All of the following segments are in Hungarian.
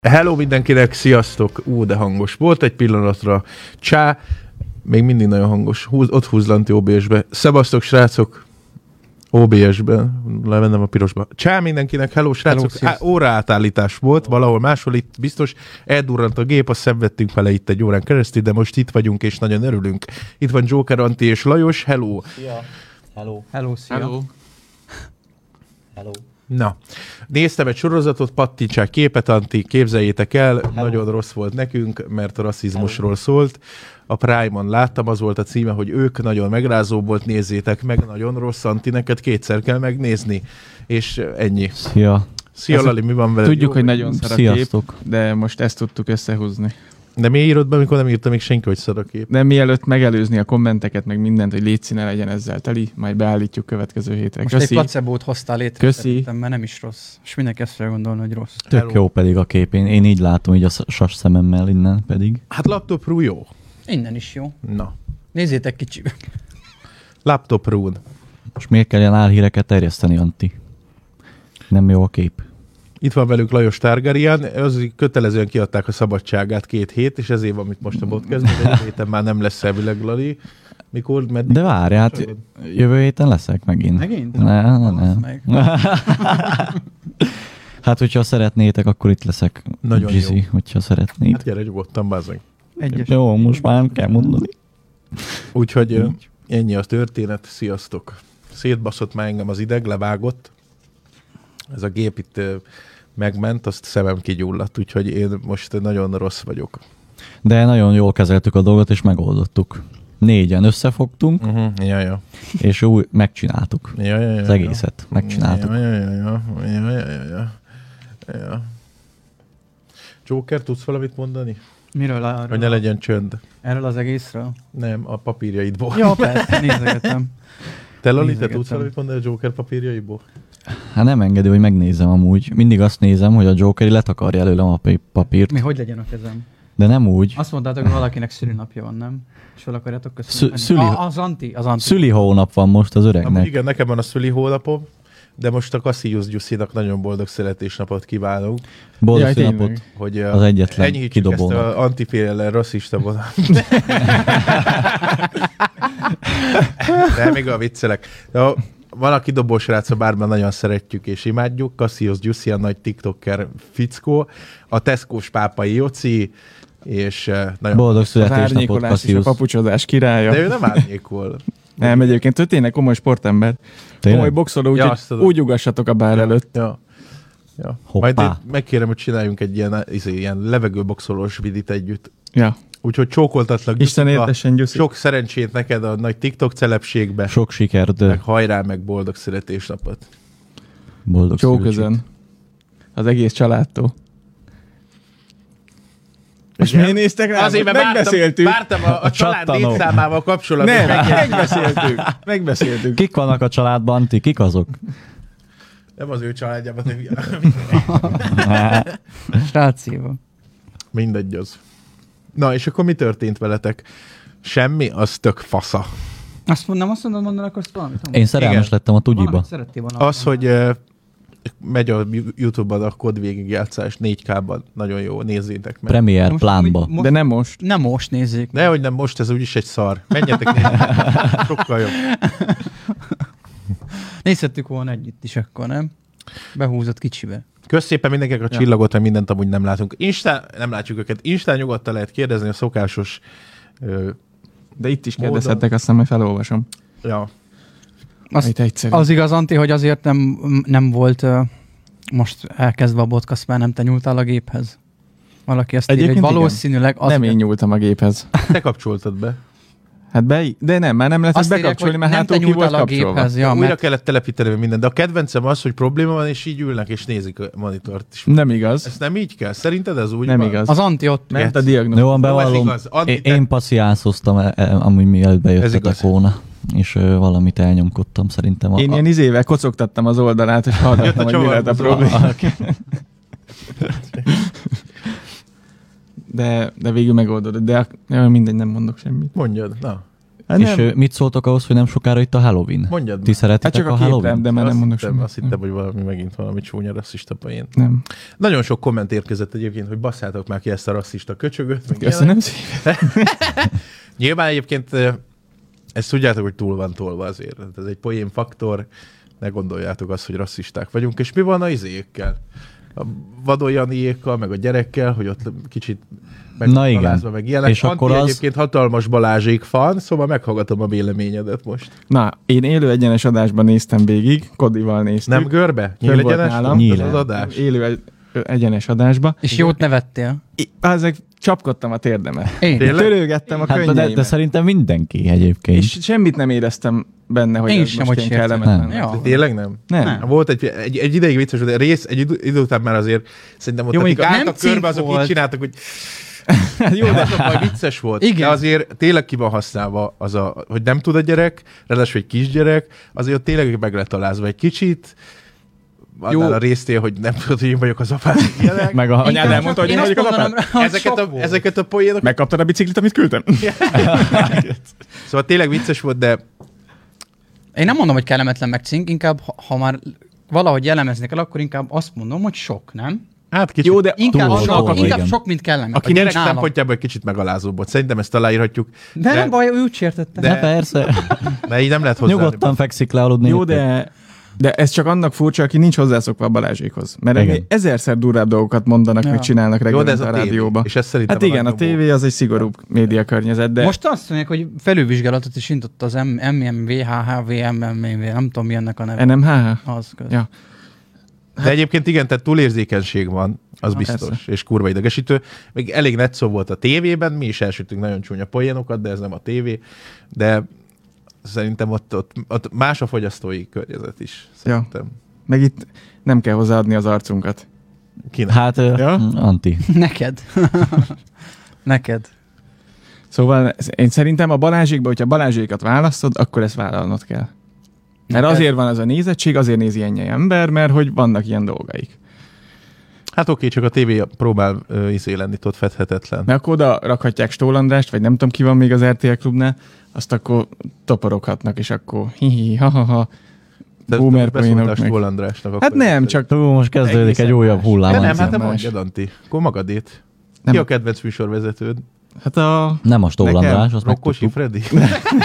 Hello mindenkinek, sziasztok! De hangos volt egy pillanatra. Csá, még mindig nagyon hangos. Ott húzlanti OBS-be. Szevasztok, srácok! OBS-ben. Levennem a pirosba. Csá mindenkinek, hello, srácok! Óraátállítás volt, valahol máshol itt biztos. Eldurrant a gép, azt szenvedtünk vele itt egy órán keresztül, de most itt vagyunk, és nagyon örülünk. Itt van Joker, Anti és Lajos. Hello! Szia! Hello! Hello, szia! Hello! Hello! Na, néztem egy sorozatot, pattintsák képet, Anti, képzeljétek el, Hello. Nagyon rossz volt nekünk, mert a rasszizmusról szólt. A Prime-on láttam, az volt a címe, hogy ők, nagyon megrázó volt, nézzétek meg, nagyon rossz, Anti, neked kétszer kell megnézni, és ennyi. Szia! Szia, Lali, mi van veled? Tudjuk, Jó, hogy nagyon szar a Sziasztok. kép, de most ezt tudtuk összehúzni. De mi írod be, amikor nem írta még senki, hogy szar a kép? De mielőtt megelőzni a kommenteket, meg mindent, hogy légy színe legyen ezzel teli, majd beállítjuk következő hétre. Most Köszi. egy placebót hoztál létre, Köszi. szerintem, mert nem is rossz. És mindenki ezt fogja gondolni, hogy rossz. Tök Hello. jó pedig a kép. Én így látom, így a sas szememmel innen pedig. Hát laptopról jó. Innen is jó. Na, Nézzétek kicsibe. laptopról. Most miért kell ilyen álhíreket terjeszteni, Anti? Nem jó a kép. Itt van velük Lajos Targaryen, az kötelezően kiadták a szabadságát 2 hét, és ezért van itt most a podcast, de egy héten már nem lesz elvileg, Lali. Mikor? Meddig? De várj, hát jövő héten leszek megint. Megint? Ne. Meg. Hát, hogyha szeretnétek, akkor itt leszek. Nagyon Gizi, jó. hogyha szeretnéd. Hát gyere nyugodtan, bazzeg. Egyes. Jó, most már nem kell mondani. Úgyhogy ennyi a történet, sziasztok. Szétbaszott már engem az ideg, levágott. Ez a gép itt megment, azt szemem kigyulladt, úgyhogy én most nagyon rossz vagyok. De nagyon jól kezeltük a dolgot, és megoldottuk. 4-en összefogtunk, Ja. és úgy megcsináltuk. Ja. Az egészet megcsináltuk. Ja. Joker, tudsz valamit mondani? Miről arról? Hogy ne legyen csönd. Erről az egészről? Nem, a papírjaidból. Ja, persze, nézegetem. Te, Lali, te Nézegetem. tudsz valamit mondani a Joker papírjaiból? Hát nem engedi, hogy megnézem amúgy. Mindig azt nézem, hogy a Jokeri letakarja előlem a papírt. Mi, hogy legyen a kezem? De nem úgy. Azt mondtátok, hogy valakinek szülinapja van, nem? És fel akarjátok köszönni? Az Anti. Szüli hónap van most az Amúgy öregnek. igen, nekem van a szüli hónapom, de most a Cassius Gyuszinak nagyon boldog születésnapot kívánunk, Boldog Jaj, születésnapot. tényleg. hogy Az egyetlen enyhítsük ezt kidobónak. a antiféle rasszista vonat. De még a viccelek. De van a kidobó srác a bárban, nagyon szeretjük és imádjuk. Cassius Gyuszi, a nagy tiktoker fickó, a Tesco-s pápai Joci, és nagyon... Boldog Az születésnapot, árnyékolás és a Cassius. papucsodás királya. De ő nem árnyékol. Nem, egyébként ő tényleg komoly sportember. Tényleg? Komoly boxoló, Ja, úgyhogy azt tudom. úgy ugassatok a bár előtt. Ja. Hoppá. Majd én megkérem, hogy csináljunk egy ilyen levegőboxolós vidit együtt. Ja. Úgyhogy csókoltatlak. Isten Gyuszi, értesen, Gyuszi. sok szerencsét neked a nagy TikTok celebségbe. Sok sikert, Meg hajrá, meg boldog születésnapot. boldog Csó szülőség. közön. Az egész családtól. Most Igen? miért néztek rá? Azért, mert megbeszéltük. vártam a család csattanó. létszámával kapcsolatban. Nem, megbeszéltük. Megbeszéltük. Kik vannak a családban, Anti? Kik azok? Nem az ő családjában, de Srácival. mindegy az. Na, és akkor mi történt veletek? Semmi, az tök fasza. Azt mondod mondani, akkor azt valamit? Én szerelmes Igen. lettem a Tugyiba. Valamit szerettél volna. Az, hogy megy a YouTube-ban a kod végigjátszás 4K-ban. Nagyon jó, nézzétek meg. Premier Most plánba. mit- De nem most. Nem most nézzék. Nehogy nem most, ez úgyis egy szar. Menjetek nézni. Sokkal jobb. Nézhettük volna együtt is akkor, nem? Behúzott kicsibe. Kösz szépen mindenkinek a csillagot, mert mindent amúgy nem látunk. Instán, nem látjuk őket. Instán nyugodtan lehet kérdezni a szokásos... De itt is Módon. kérdezhettek, aztán majd felolvasom. ja. Itt egyszerű. Az igaz, Anti, hogy azért nem volt most elkezdve a podcast, mert nem te nyúltál a géphez. Valaki azt írja, hogy Egyébként valószínűleg... Nem én nyúltam a géphez. Te kapcsoltad be. Hát de nem, már nem lehet Azt bekapcsolni, írják, mert hogy nem hátul te ki volt nyúltál a kapcsolva. géphez. Ja, Újra mert kellett telepíteni minden, de a kedvencem az, hogy probléma van, és így ülnek, és nézik a monitort. És Nem igaz. ezt nem így kell? Szerinted ez úgy Nem van? igaz. az Anti ott... Ment a Jó, diagnózis. van, Jó, ez bevallom. igaz. Anti, Én passziánszoztam, amúgy mielőtt Ez bejöttetek igaz. volna. És valamit elnyomkodtam szerintem. Én ilyen izével kocogtattam az oldalát, és hallgattam, hogy mi lehet a probléma. De végül megoldod. De mindegy, nem mondok semmit. Mondjad, na. Hát És mit szóltok ahhoz, hogy nem sokára itt a Halloween? Mondjad. Ti szeretitek Hát csak a a Halloween? képem, de már nem mondok semmit. Azt hittem, hogy megint valami csúnya rasszista poén. Nem. Nagyon sok komment érkezett egyébként, hogy basszátok már ki ezt a rasszista köcsögöt. meg Köszönöm ilyenek. szépen. Nyilván egyébként ezt tudjátok, hogy túl van tolva azért. Ez egy poén faktor. Ne gondoljátok azt, hogy rasszisták vagyunk. És mi van a izékkel? A Vadoljaniékkal, meg a gyerekkel, hogy ott kicsit megtalázva, meg ilyenek. És Antti akkor az- egyébként hatalmas Balázsék fan, szóval meghallgatom a véleményedet most. Na, én élő egyenes adásban néztem végig, Kodival néztük. Nem görbe? Fönn volt Nyílegyenes? nálam. Ez Nyíle. az adás? Élő egyenes adásba. És jót nevettél? Ezek csapkodtam a térdemet. Én. Tényleg? Törőgettem a Hát, könnyeimet. de szerintem mindenki egyébként. És semmit nem éreztem benne, hogy Én ez sem, most hogy ilyen sértem. kellemetlen. Nem. Ja. De tényleg nem? Nem. Volt egy ideig vicces, de rész, egy idő után már azért szerintem ott Jó, akik mondjuk álltak nem körbe, cink azok így volt. csináltak, hogy Jó, jó, de azok majd vicces volt. Igen. De azért tényleg ki van használva az hogy nem tud a gyerek, ráadásul egy kisgyerek, azért ott tényleg meg lett alázva egy kicsit. Jó. Annál a résztél, hogy nem tudod, hogy én vagyok az apád, ilyenek. Meg a Anyád elmondta, hogy én vagyok az apád? Ezeket a poénokat. Megkaptad a biciklit, amit küldtem? Szóval tényleg vicces volt, de Én nem mondom, hogy kellemetlen meg cink, inkább ha már valahogy jellemezni kell, akkor inkább azt mondom, hogy sok, nem? hát kicsit. Jó, de Inkább, Túl sok, tolva, inkább igen. sok, mint kellemetlen. A gyerek Nálam. szempontjából egy kicsit megalázóbb volt. Szerintem ezt aláírhatjuk. De nem baj, ő úgy sértette. De persze. De így nem lehet hozzá. Nyugodtan fekszik le aludni. Jó, de ez csak annak furcsa, aki nincs hozzászokva a Balázsékhoz. Mert Igen. ennél ezerszer durvább dolgokat mondanak, Ja. meg csinálnak Jó, reggelente de ez a tévé. rádióba. És ez szerintem Hát igen, a legnagyobb. tévé az egy szigorúbb média környezet, de Most azt mondják, hogy felülvizsgálatot is indított az MMVHHVMMV, nem tudom mi ennek a neve. NMHH. Az köz. Ja. De egyébként igen, tehát túlérzékenység van, az biztos, persze. és kurva idegesítő. Még elég netszó volt a tévében, mi is elsütünk nagyon csúnya poénokat, de ez nem a tévé, de szerintem ott más a fogyasztói környezet is. Szerintem. Meg itt nem kell hozzáadni az arcunkat. Kinek? Hát, Ja? Anti. Neked. Neked. Szóval én szerintem a Balázsékban, hogyha Balázsékat választod, akkor ezt vállalnod kell. Mert Neked. azért van ez a nézettség, azért nézi ennyi ember, mert hogy vannak ilyen dolgaik. Hát oké, csak a tévé próbál lenni, ott fedhetetlen. Mert akkor oda rakhatják Stól Andrást, vagy nem tudom ki van még az RTL klubnál, azt akkor toporoghatnak, és akkor hihi, ha-ha-ha, boomer poénok meg. Stól Andrásnak. Hát akkor nem, ez- csak Tú, most kezdődik Egészen egy újabb más. hullám. De nem, egészen hát nem más. mondjad, Anti. Akkor magadét. Nem. Ki a kedvenc műsorvezetőd? hát a Nem a Stól András, azt Rokkosi megtudtuk. Freddy?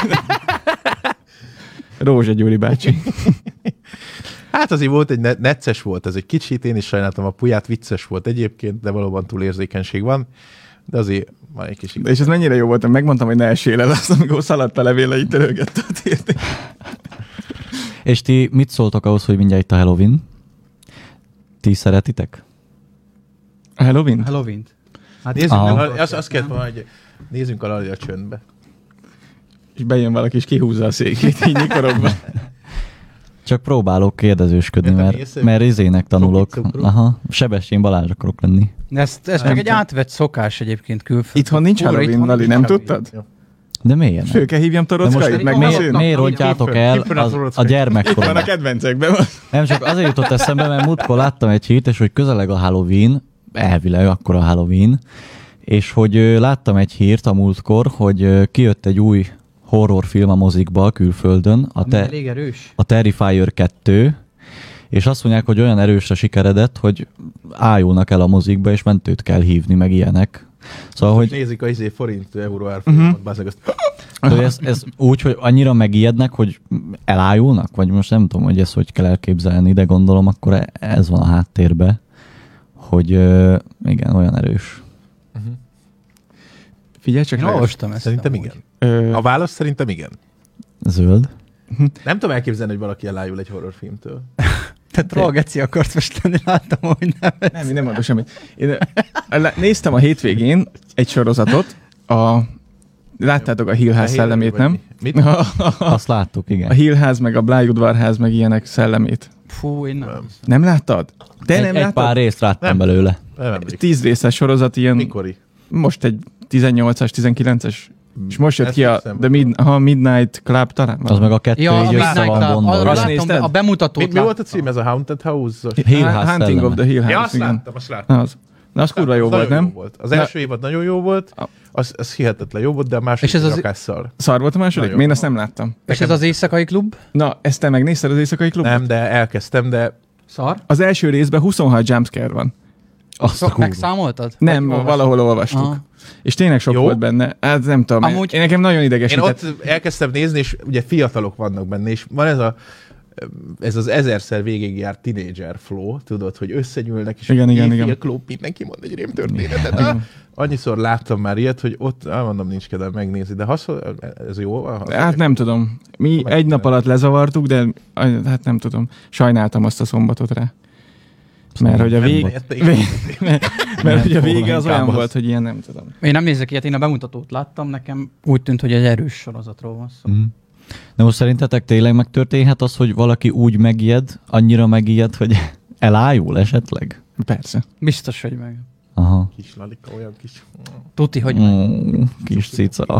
Rózsa Gyuri bácsi. Hát azért volt egy necces volt, ez egy kicsit, én is sajnáltam a Puját, vicces volt egyébként, de valóban túlérzékenység van, de azért van egy kis De és ez mennyire jó volt, hogy megmondtam, hogy ne essél el azt, amikor szaladt a levéle, így törölgette a térdet. És ti mit szóltok ahhoz, hogy mindjárt itt a Halloween? Ti szeretitek? A Halloween? Halloween-t. Hát Nézzünk, Aha. azt kellett volna, hogy nézzünk a Lali a csöndbe. És bejön valaki, és kihúzza a székét, így nyikorogva. Csak próbálok kérdezősködni, Ja, te mész, mert izének tanulok. cukru? Aha, Sebestyén Balázs akarok lenni. Ez meg egy átvett szokás egyébként külföldön. Itthon nincs Fura, Halloween, itthon Lali, nincs nem Halloween. tudtad? De miért nem? Föl kell hívjam De Torockait, most meg miért- mesélni. miért rontjátok el Kippen a a Torockait. Itt van a gyermekkoromban? kedvencekben. Nem, csak azért jutott eszembe, mert múltkor láttam egy hírt, és hogy közeleg a Halloween, elvileg akkor a Halloween, és hogy láttam egy hírt a múltkor, hogy kijött egy új horrorfilm a mozikba külföldön, Elég erős. a Terrifier 2, és azt mondják, hogy olyan erősre sikeredett, hogy ájulnak el a mozikba, és mentőt kell hívni, meg ilyenek. Szóval, hogy Nézik a forint euró árfolyamot, bázzeg azt. hogy ez úgy, hogy annyira megijednek, hogy elájulnak? Vagy most nem tudom, hogy ezt hogy kell elképzelni, de gondolom akkor ez van a háttérben, hogy igen, olyan erős. Figyelj csak Én rá. olvastam ezt. Szerintem amúgy. igen. A válasz szerintem igen. Zöld. Nem tudom elképzelni, hogy valaki elájul egy horrorfilmtől. Te trollgeci akarsz most lenni, láttam, hogy nem. Nem, én nem mondok semmit. Én néztem a hétvégén egy sorozatot, láttátok a Hill House szellemét, nem? Mit? Azt láttuk, A igen. Hill House, meg a Bly udvarház, meg ilyenek szellemét. Fú, én nem. Nem láttad? Te nem Egy láttad? pár részt láttam Nem. belőle. Nem emlékszem. 10 részes sorozat, ilyen Mikori? most egy 18-as, 19-es, és most jött ki a Netflixen Midnight Club talán? Az meg a kettő Ja, így össze van arra gondolva. Azt láttam, nézted? a bemutatót Mi volt a láttam. cím? Ez a Haunted House? Hill House Hunting szelleme. of the Hill House, Ja, azt igen. láttam, azt láttam. Az. Na, az kurva jó volt, nem? Az első évad nagyon jó volt, az hihetetlen jó volt, de a második rakásszal. Szar volt a második? Én azt nem láttam. És ez az éjszakai klub? Na, ezt te megnézted az éjszakai klubot? Nem, de elkezdtem, de... Szar? Az első részben 26 jumpscare van. Megszámoltad? Nem, valahol olvastuk. Aha. És tényleg sok volt benne. Hát nem tudom, amúgy... én nekem nagyon idegesített. Én ott elkezdtem nézni, és ugye fiatalok vannak benne, és van ez az 1000-szer végig járt teenager flow, tudod, hogy összegyűlnek, és igen. klub, mindenki mond egy rémtörténetet. Annyiszor láttam már ilyet, hogy ott, mondom, nincs kedvem megnézni, de ez jó? Hát nem tudom. Mi egy nap alatt lezavartuk, de hát nem tudom. Sajnáltam azt a szombatot rá. Mert hogy a mert a vége az olyan volt, hogy ilyen nem tudom. Én nem nézek ilyet, én a bemutatót láttam, nekem úgy tűnt, hogy egy erős sorozatról van szó. De most szerintetek tényleg megtörténhet az, hogy valaki úgy megijed, annyira megijed, hogy elájul esetleg? Persze. Biztos, hogy meg. Aha. Kis lalika, olyan kis... Tuti, hogy meg. Kis cica.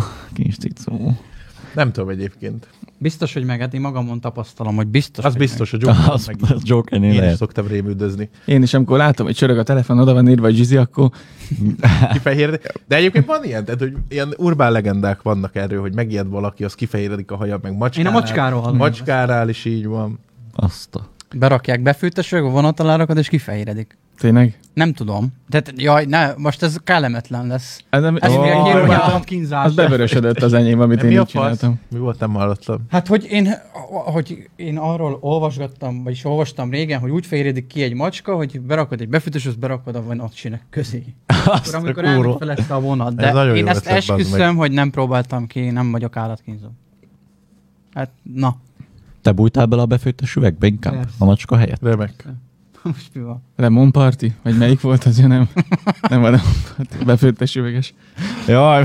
Nem tudom egyébként. Biztos, hogy meg, hát én magamon tapasztalom, hogy biztos, az hogy biztos, meg. hogy Joker-nél én lehet. is szoktam rémüldözni. Én is, amikor látom, hogy csörög a telefon, oda van írva, hogy Zsizi, akkor... Kifehéredik. De egyébként van ilyen, tehát, hogy ilyen urbán legendák vannak erről, hogy megijed valaki, az kifehéredik a haja, meg macskánál. Én a macskáról hallom. Macskánál is így van. Berakják befűtősög, a vonatalárakat, és kifehéredik. Tényleg? Nem tudom. Tehát, most ez kellemetlen lesz. Ez kínzás. Az bevörösödött az enyém, amit én így csináltam. Mi volt, nem hallottam? Hát, hogy én arról olvasgattam, vagyis olvastam régen, hogy úgy fehéredik ki egy macska, hogy berakod egy befűtős, azt berakod a vonatcsinek közé. Akkor, amikor elmegy felette a vonat. De én ezt esküszöm, hogy nem próbáltam ki, nem vagyok állatkínzó. Hát, na. Te bújtál bele a befőttes üvegbe inkább? Persze. A macska helyett? Remek. Most mi van? Lemon Party? Vagy melyik volt az, ja nem? Nem a Lemon Party. Befőttes üveges. Jaj,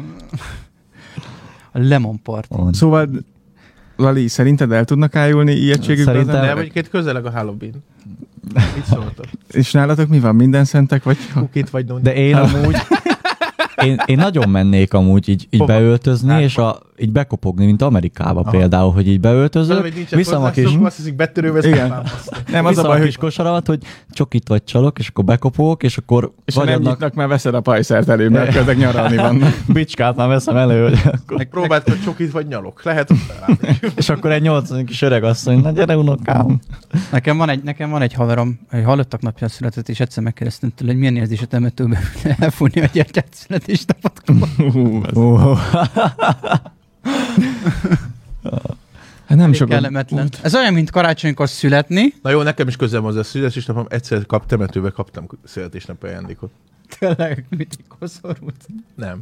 a Lemon Party. Szóval, Lali, szerinted el tudnak ájulni ijegységükben? Szerintem nem, egyébként közeleg a Halloween. Mit szóltok? És nálatok mi van? Minden szentek vagy? Kukit vagy de én amúgy... Én nagyon mennék amúgy így beöltözni, és így bekopogni, mint Amerikában például, hogy így beöltözök, viszem a kis... Nem, az a baj, kis kosarat, hogy csokit vagy csalok, és akkor bekopogok, és akkor... És ha nem nyitnak, már veszed a pajszert elő, mert ezek nyaralni vannak. Bicskát már veszem elő, hogy akkor... Próbáld, hogy csokit vagy nyalok. Lehet ott találni. És akkor egy 80 kis öreg asszony, na gyere unokám. Nekem van egy haverom, hogy hallottak napja született, és egyszer megkérdeztem tőle, hogy milyen érzés a temetőbe elfújni a gyertyát születésnapot. Hát nem sok. Kellemetlen. Ez olyan, mint karácsonykor születni. Na jó, nekem is közem az a születésnapom, egyszer temetőbe kaptam születésnapi ajándékot. Tényleg, mit koszorult? Nem.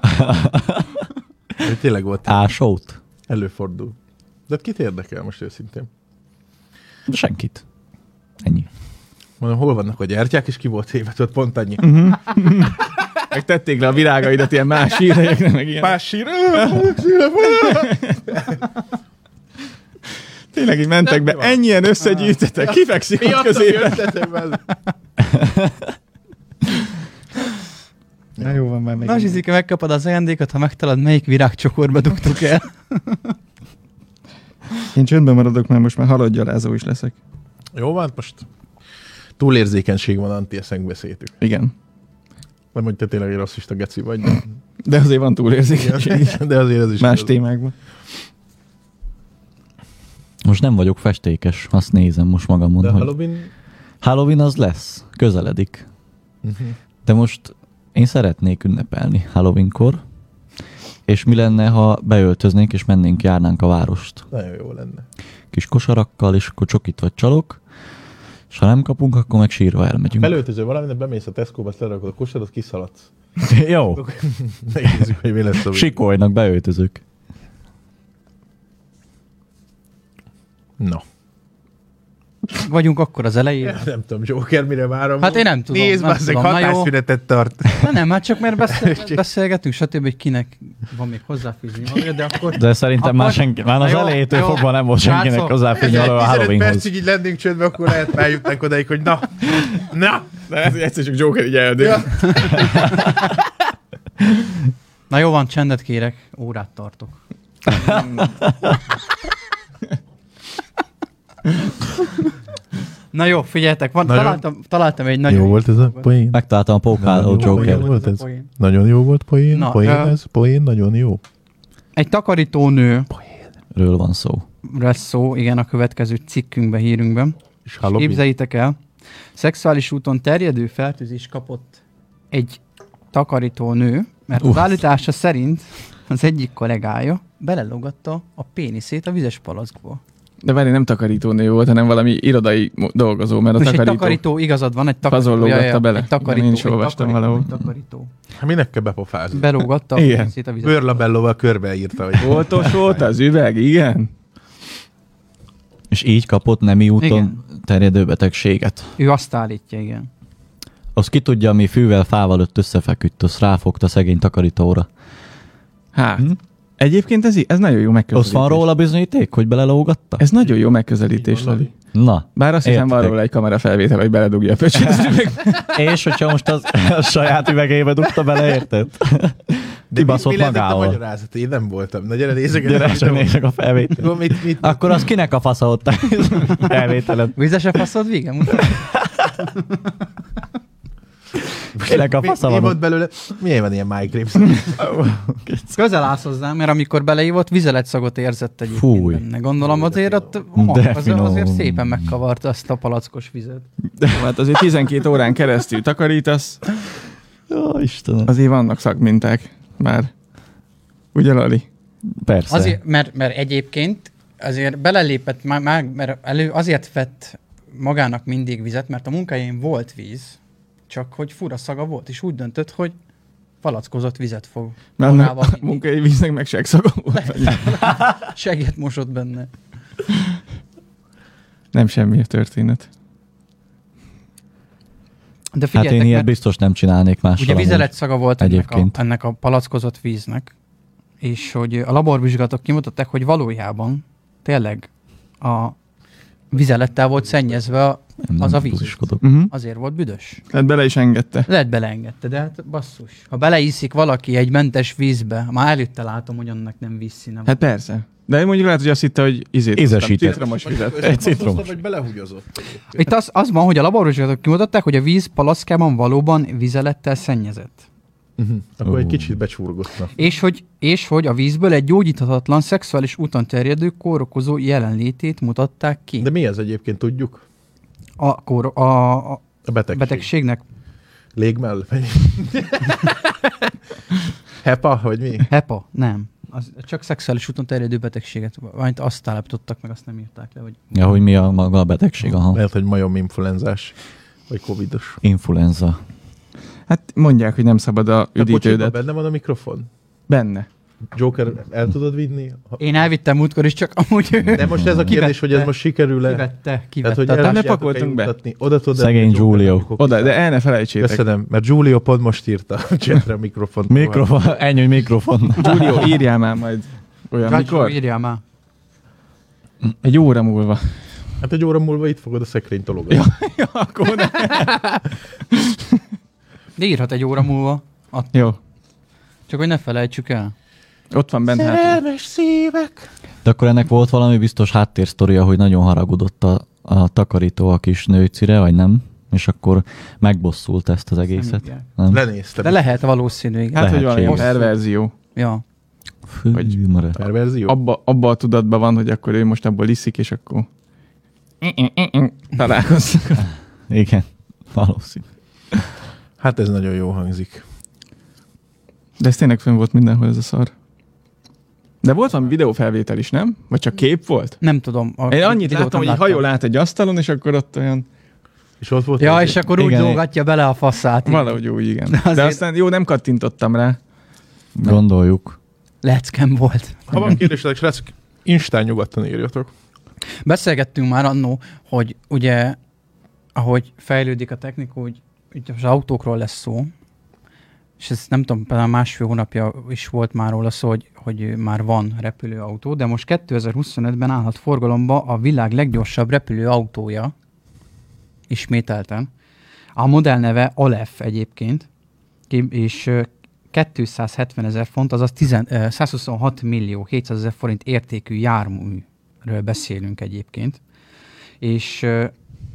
Tényleg volt. Ásót? Előfordul. De kit érdekel most őszintén? Senkit. Ennyi. Mondom, hol vannak a gyertyák, és ki volt évet, ott pont annyi. Meg tették le a virágaidat ilyen más sírhelyekre, meg ilyen. Más sír. Tényleg így mentek be, ennyien összegyűjtetek, kifekszik ott középen. Na jó van már meg. Na Zsizike, megkapod az ajándékot, ha megtalad, melyik virágcsokorba dugtuk el. Én csöndben maradok, mert most már haladgyalázó is leszek. Jó van, most túlérzékenység van, anti-eszeng beszéltük. Igen. Nem, hogy te tényleg egy rasszista geci vagy. De azért van túlérzékenység. De azért ez is más témákban. Most nem vagyok festékes, azt nézem most magamon. De hogy Halloween az lesz, közeledik. De most én szeretnék ünnepelni Halloweenkor, és mi lenne, ha beöltöznénk és mennénk, járnánk a várost. Nagyon jó lenne. Kis kosarakkal, és akkor csokit vagy csalok, és ha nem kapunk, akkor meg sírva elmegyünk. Belöltöző valaminek, bemész a Tesco-ba, azt lerakod a kosarat, kiszaladsz. Jó. Megnézzük, hogy mi lesz a Sikolynak beöltözök. No. Vagyunk akkor az elején. Nem tudom, Joker, mire várom. Hát én nem tudom. Nézd, basszeg, hatásszünetet tart. Nem, hát csak mert beszélgetünk, stb. Hogy kinek van még hozzáfűzni valója, de akkor... De szerintem már senki, már az elejétől fogva nem volt senkinek hozzáfűzni való a Halloweenhoz. 15 percig így lennénk csöndbe, akkor lehet rájutnánk odaig, hogy na. De ez egyszer csak Joker így eldől. Ja. Na jó van, csendet kérek, órát tartok. Na jó, figyeljetek, találtam egy nagyon jó volt ez a poén. Megtaláltam a pókháló Joker. Nagyon jó volt poén. Poén nagyon jó. Egy takarítónő. Ről van szó. Lesz szó, igen, a következő cikkünkben, hírünkben. És képzeljétek el, szexuális úton terjedő fertőzést kapott egy takarítónő, mert az állítása szerint az egyik kollégája belelógatta a péniszét a vizes palackba. De várj, nem takarítónő volt, hanem valami irodai dolgozó, mert a most takarító... egy takarító, igazad van, egy takarító. Fazonlógatta bele. Egy takarító, én is olvastam valahol. Takarító. Hát minek kell bepofázni? Belógatta a péniszét a vizes palackba. Bőrlabellóval körbeírta, hogy... Oltos volt az üveg, igen? És így kapott nemi úton terjedő betegséget. Ő azt állítja, igen. Az ki tudja, ami fűvel, fával öt összefeküdt, azt ráfogta szegény takarítóra. Hát, egyébként ez nagyon jó megközelítés. Azt van róla bizonyíték, hogy belelógatta? Ez nagyon jó megközelítés, Lali. Na. Bár azt hiszem van róla egy kamera felvétel, hogy beledugja a pöcsét az üveg. És hogyha most a saját üvegébe dugta bele, érted? Kibaszott magával. Mi a magyarázat? Én nem voltam. Na gyere, nézzek a felvétel. Akkor az kinek a fasza ott a felvételen? Vizes a faszod, Vigem? Kinek a fasza van? Mi volt belőle? Milyen van ilyen Minecraft? Közel állsz hozzá, mert amikor beleívott, vizeletszagot érzett egyébként benne. Gondolom azért azért szépen megkavarta azt a palackos vizet. Hát azért 12 órán keresztül takarítasz. Jó, Istenem. Azért vannak szakminták már. Ugye, Lali? Persze. Azért, mert egyébként azért belelépett, mert azért vett magának mindig vizet, mert a munkáján volt víz, csak hogy fura szaga volt, és úgy döntött, hogy palackozott vizet fog magával. A munkai víznek meg segszaga volt. Segget mosott benne. Nem semmi a történet. De hát én ilyet biztos nem csinálnék mással. Ugye vizeletszaga volt ennek a palackozott víznek, és hogy a laborvizsgálatok kimutatták, hogy valójában tényleg a vizelettel volt szennyezve az a víz. Azért volt büdös. Lehet bele is engedte. Lehet beleengedte, de hát basszus. Ha beleiszik valaki egy mentes vízbe, már előtte látom, hogy annak nem vízszíne. Hát persze. De mondjuk lehet, hogy azt hitte, hogy ízesített. Citromos vizet. Egy citromos. Vagy belehúgyozott. Itt az van, hogy a laborvizsgálatok kimutatták, hogy a víz palackában valóban vizelettel szennyezett. Akkor egy kicsit becsurgotna. És hogy a vízből egy gyógyíthatatlan, szexuális úton terjedő kórokozó jelenlétét mutatták ki. De mi ez egyébként, tudjuk? A betegségnek. Légmell? HEPA, vagy mi? HEPA, nem. Az csak szexuális úton terjedő betegséget. Majd azt állapítottak meg, azt nem írták le. Hogy... Ja, hogy mi a maga a betegség. Aha. Lehet, hogy majom-influenzás, vagy covidos. Influenza. Hát mondják, hogy nem szabad a üdítődet. Benne van a mikrofon? Benne. Joker, el tudod vinni? Én elvittem múltkor is, csak amúgy... De most ez a kérdés, hogy ez most sikerül-e? Kivette. Tehát, ne pakoltunk be. Oda tudod szegény Giulio. Oda, de el ne felejtsétek. Köszönöm, mert Giulio pont most írta a csetre a mikrofont. Ennyi, hogy mikrofon. Giulio, írjál már majd. Olyan mikor? Írjál már. Egy óra múlva. Hát egy óra múlva itt fogod a szekrényt tologatni. Ja, akkor ne. De írhat egy óra múlva. Jó. Csak hogy ne felejtsük el. Ott van bent hátul. Szerelmes szívek. De akkor ennek volt valami biztos háttérsztoria, hogy nagyon haragudott a takarító a kis nőcire, vagy nem? És akkor megbosszult ezt az egészet. Nem? Lenéztem. De lehet valószínű. Hát, hogy valami perverzió. Ja. Vagy perverzió? Abba a tudatban van, hogy akkor ő most abból iszik, és akkor találkozzuk. Igen, valószínű. Hát ez nagyon jó hangzik. De ez tényleg fönn volt mindenhol ez a szar. De volt valami videófelvétel is, nem? Vagy csak kép volt? Nem tudom. Én annyit láttam, hogy egy hajó lát egy asztalon, és akkor ott olyan... És ott volt ja, és akkor úgy dolgatja bele a faszát. Valahogy úgy, igen. De aztán jó, nem kattintottam rá. Gondoljuk. Leckem volt. Ha van kérdésetek, srácok, Instán nyugodtan írjatok. Beszélgettünk már annó, hogy ugye, ahogy fejlődik a technika, úgy az autókról lesz szó, és ez nem tudom, például másfél hónapja is volt már róla szó, hogy már van repülőautó, de most 2025-ben állhat forgalomba a világ leggyorsabb repülőautója, ismételten. A modell neve Aleph egyébként, és 270 000 font, azaz 126 millió 700 000 forint értékű járműről beszélünk egyébként. És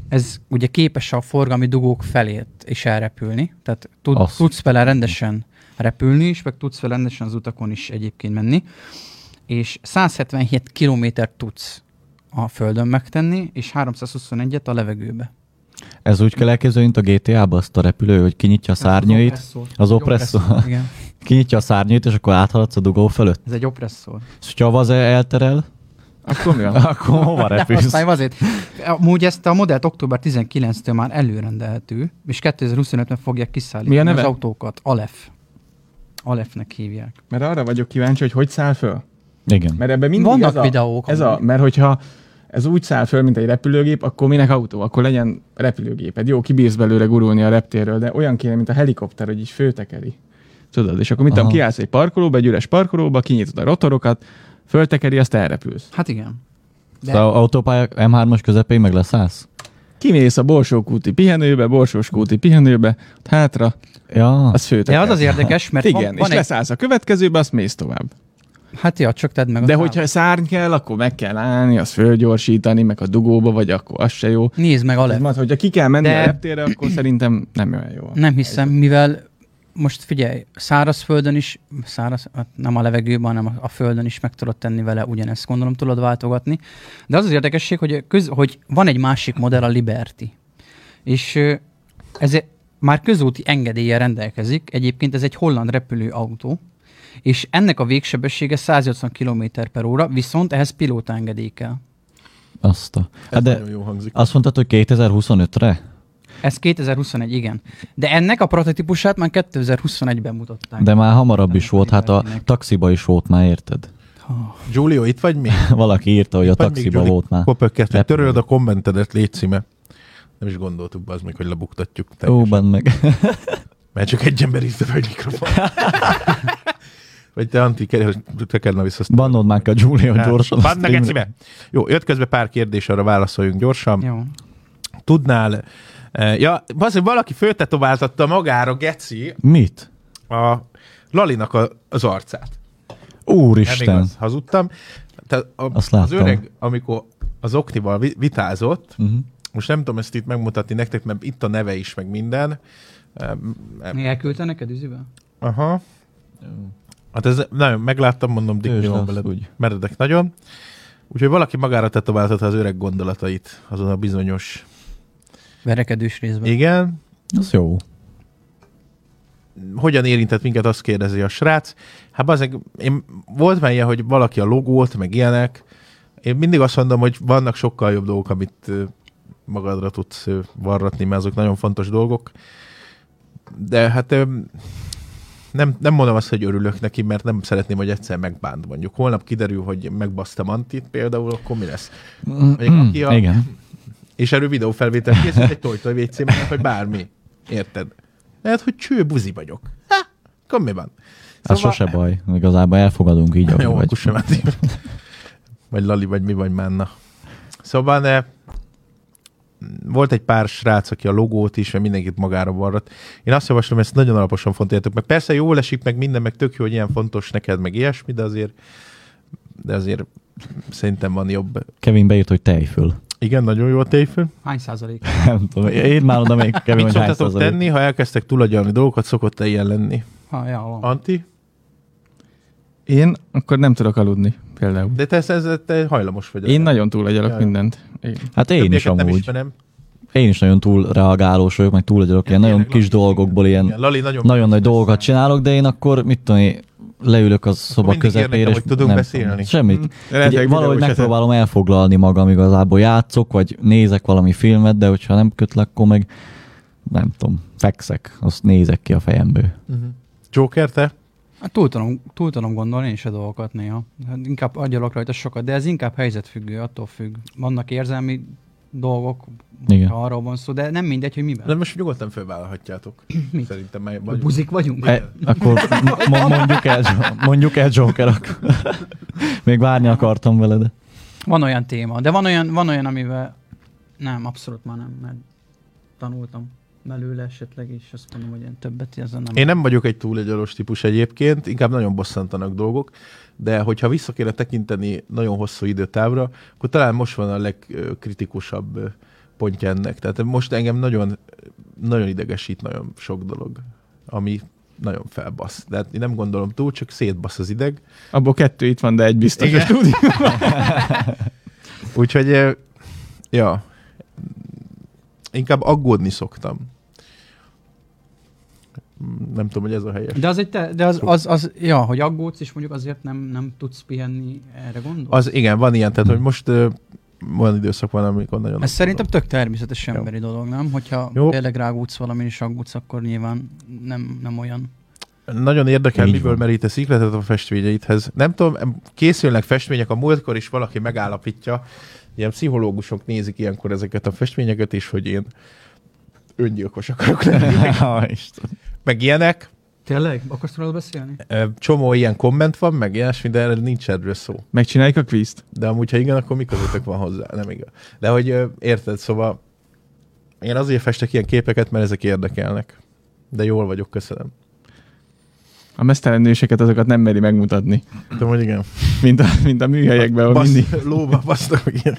ez ugye képes a forgalmi dugók felét is elrepülni, tehát tudsz vele rendesen repülni is, meg tudsz vele rendesen az utakon is egyébként menni, és 177 kilométert tudsz a földön megtenni, és 321-et a levegőbe. Ez úgy kell elképzelni, mint a GTA-ba azt a repülő, hogy kinyitja a szárnyait. Az opresszor. Igen. Kinyitja a szárnyait, és akkor áthaladsz a dugó fölött. Ez egy opresszor. És ha az elterel, akkor mi van? akkor hova repülsz? Azért. Amúgy ezt a modellt október 19-től már előrendelhető, és 2025-ben fogják kiszállítani az autókat. Alef-nek hívják. Mert arra vagyok kíváncsi, hogy száll föl. Igen. Mert ebben mindig vannak videók. Mert hogyha ez úgy száll föl, mint egy repülőgép, akkor minek autó? Akkor legyen repülőgéped. Jó, kibírsz belőle gurulni a reptérről, de olyan kéne, mint a helikopter, hogy így föltekeri. Tudod, és akkor mit tudom, kiállsz egy parkolóba, egy üres parkolóba, kinyitod a rotorokat, föltekeri, azt elrepülsz. Hát igen. De... Szóval autópályák M3-as közepén meg leszállsz? Kimész a Borsókúti pihenőbe, Borsóskúti pihenőbe, hátra, az fölteker. De az érdekes, mert igen, és leszállsz a következőbe, azt mész tovább. Hát ja, csak tedd meg. De hogyha szárny kell, akkor meg kell állni, azt fölgyorsítani, meg a dugóba, vagy akkor az se jó. Nézd meg hogyha ki kell menni a reptérre, akkor szerintem nem olyan jó. Nem hiszem, mivel most figyelj, szárazföldön is, nem a levegőben, hanem a földön is meg tudod tenni vele ugyanezt, gondolom tudod váltogatni. De az érdekesség, hogy van egy másik modell, a Liberty. És ez már közúti engedéllyel rendelkezik. Egyébként ez egy holland repülőautó, és ennek a végsebessége 180 km/h, viszont ehhez pilótaengedély kell. De jó hangzik. Azt mondtad, hogy 2025-re? Ez 2021, igen. De ennek a prototípusát már 2021-ben mutatták. De már hamarabb is volt, hát a taxiba is volt már, érted? Giulio, itt vagy mi? Valaki írta, hogy a taxiba volt már. Kopökket, töröld a kommentedet, légy szíme. Nem is gondoltuk be az még, hogy lebuktatjuk. Meg. Mert csak egy ember írta fel egy mikrofon. Vagy te Antti, tekerna vissza. Bannod már a Giulio gyorsan. Bann meg egy. Jó, jött közben pár kérdés, arra válaszoljunk gyorsan. Jó. Tudnál... valaki föltetováltatta magára, geci. Mit? A Lalinak az arcát. Úristen. Hazudtam. Tehát az öreg, amikor az Oknival vitázott, most nem tudom ezt itt megmutatni nektek, mert itt a neve is, meg minden. Mi elküldte neked üzőben? Aha. Hát ez nagyon megláttam, mondom, diktálom veled, úgy meredek nagyon. Úgyhogy valaki magára tetováltatta az öreg gondolatait azon a bizonyos verekedős részben. Igen. Az jó. Hogyan érintett minket, azt kérdezi a srác. Hát azért volt már ilyen, hogy valaki a logót, meg ilyenek. Én mindig azt mondom, hogy vannak sokkal jobb dolgok, amit magadra tudsz varratni, mert azok nagyon fontos dolgok. De hát nem mondom azt, hogy örülök neki, mert nem szeretném, hogy egyszer megbánt mondjuk. Holnap kiderül, hogy megbasztam Antit például, akkor mi lesz? Igen. És erről videófelvétel készült egy Toy WC-ben, vagy bármi. Érted? Lehet, hogy buzi vagyok. Akkor mi van? Az sose baj. Igazából elfogadunk így, ahogy jó, vagy. Akkor sem vagy Lali, vagy mi vagy Mánna. Szóval volt egy pár srác, aki a logót is, mert mindenkit magára varrat. Én azt javaslom, ezt nagyon alaposan fontoljátok meg. Persze jól esik, meg minden, meg tök jó, hogy ilyen fontos neked, meg ilyesmi, de azért szerintem van jobb. Kevin beírt, hogy tejföl. Igen, nagyon jó a tejföl. Hány százalék? Nem tudom. Én már oda még Kevin, hogy hány százalék. Mit szoktatok tenni, ha elkezdtek túlagyalni dolgokat, szokott-e ilyen lenni? Antti? Én akkor nem tudok aludni, például. De te hajlamos vagy. Én nagyon túlagyalok mindent. Hát én is amúgy. Én is nagyon túl reagálós vagyok, meg túlagyalok ilyen nagyon kis dolgokból, ilyen nagyon nagy dolgokat csinálok, de én akkor, mit tudom én, leülök a szoba közepére, és tudunk beszélni. Semmit. Valahogy megpróbálom elfoglalni magam, igazából játszok, vagy nézek valami filmet, de hogyha nem kötlek, akkor meg nem tudom, fekszek, azt nézek ki a fejemből. Joker, te? Hát túl tudom gondolni én is a dolgokat néha. Hát inkább agyalok rajta sokat, de ez inkább helyzetfüggő, attól függ. Vannak érzelmi dolgok, ha arról van szó, de nem mindegy, hogy miben. De most nyugodtan fölvállalhatjátok. Mit? Szerintem buzik vagyunk? Akkor mondjuk el Joker, akkor. Még várni akartam vele, de... Van olyan téma, de van olyan, amivel nem, abszolút már nem, mert tanultam belőle esetleg, és azt mondom, hogy én többet ezen nem... Én nem vagyok egy túlagyalós típus egyébként, inkább nagyon bosszantanak dolgok, de hogyha vissza kéne tekinteni nagyon hosszú időtávra, akkor talán most van a legkritikusabb pontja ennek. Tehát most engem nagyon, nagyon idegesít nagyon sok dolog, ami nagyon felbasz. De hát én nem gondolom túl, csak szétbasz az ideg. Abból 2 itt van, de egy biztos a stúdióban. Úgyhogy, ja, inkább aggódni szoktam. Nem tudom, hogy ez a helyes. De hogy aggódsz, és mondjuk azért nem tudsz pihenni, erre gondolsz? Igen, van ilyen, tehát hogy most olyan időszak van, amikor nagyon... Ez szerintem tök természetes emberi dolog, nem? Hogyha tényleg rágódsz valamin és aggódsz, akkor nyilván nem olyan. Nagyon érdekel, miből merítesz ikletet a festményeidhez. Nem tudom, készülnek festmények, a múltkor is valaki megállapítja, ilyen pszichológusok nézik ilyenkor ezeket a festményeket, és hogy én öngyilkos akarok lenni. Meg ilyenek. Tényleg? Akarsz róla beszélni? Csomó ilyen komment van, meg ilyesmi, de erre nincs erről szó. Megcsináljuk a kvízt? De amúgy, ha igen, akkor mi közöttök van hozzá? Nem igaz. De hogy érted, szóval én azért festek ilyen képeket, mert ezek érdekelnek. De jól vagyok, köszönöm. A mesztelenéseket azokat nem meri megmutatni. De hogy igen. Mint a műhelyekben, ahol mindig... Lóba basztok, igen.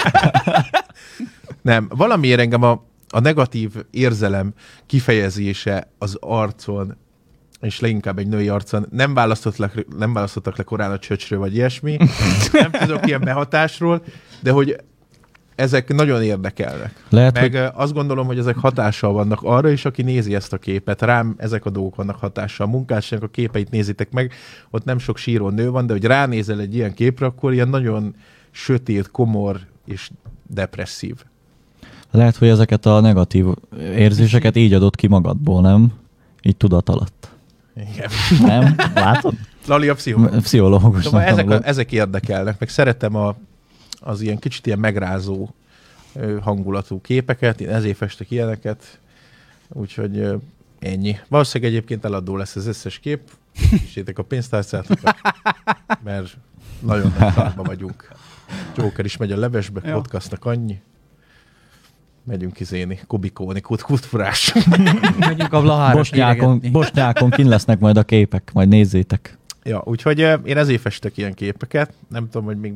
Nem, valamiért engem a negatív érzelem kifejezése az arcon, és leginkább egy női arcon, nem választottak le korán a csöcsről, vagy ilyesmi. Nem tudok ilyen behatásról, de hogy ezek nagyon érdekelnek. Lehet, meg azt gondolom, hogy ezek hatással vannak arra is, aki nézi ezt a képet. Rám ezek a dolgok vannak hatással. A munkásnak a képeit nézitek meg, ott nem sok síró nő van, de hogy ránézel egy ilyen képre, akkor ilyen nagyon sötét, komor és depresszív. Lehet, hogy ezeket a negatív érzéseket így adott ki magadból, nem? Így tudat alatt. Igen. Nem? Látod? Lali a pszichológus. Ezek érdekelnek, meg szeretem az ilyen kicsit ilyen megrázó hangulatú képeket, én ezért festek ilyeneket, úgyhogy ennyi. Valószínűleg egyébként eladó lesz az összes kép, kicsétek a pénztárcátokat, mert nagyon nagy szárba vagyunk. Joker is megy a levesbe, podcastnak annyi. Megyünk kubikóni, kutfurás. Megyünk a Blahára. Bosnyákon kin lesznek majd a képek, majd nézzétek. Ja, úgyhogy én ezért festek ilyen képeket. Nem tudom, hogy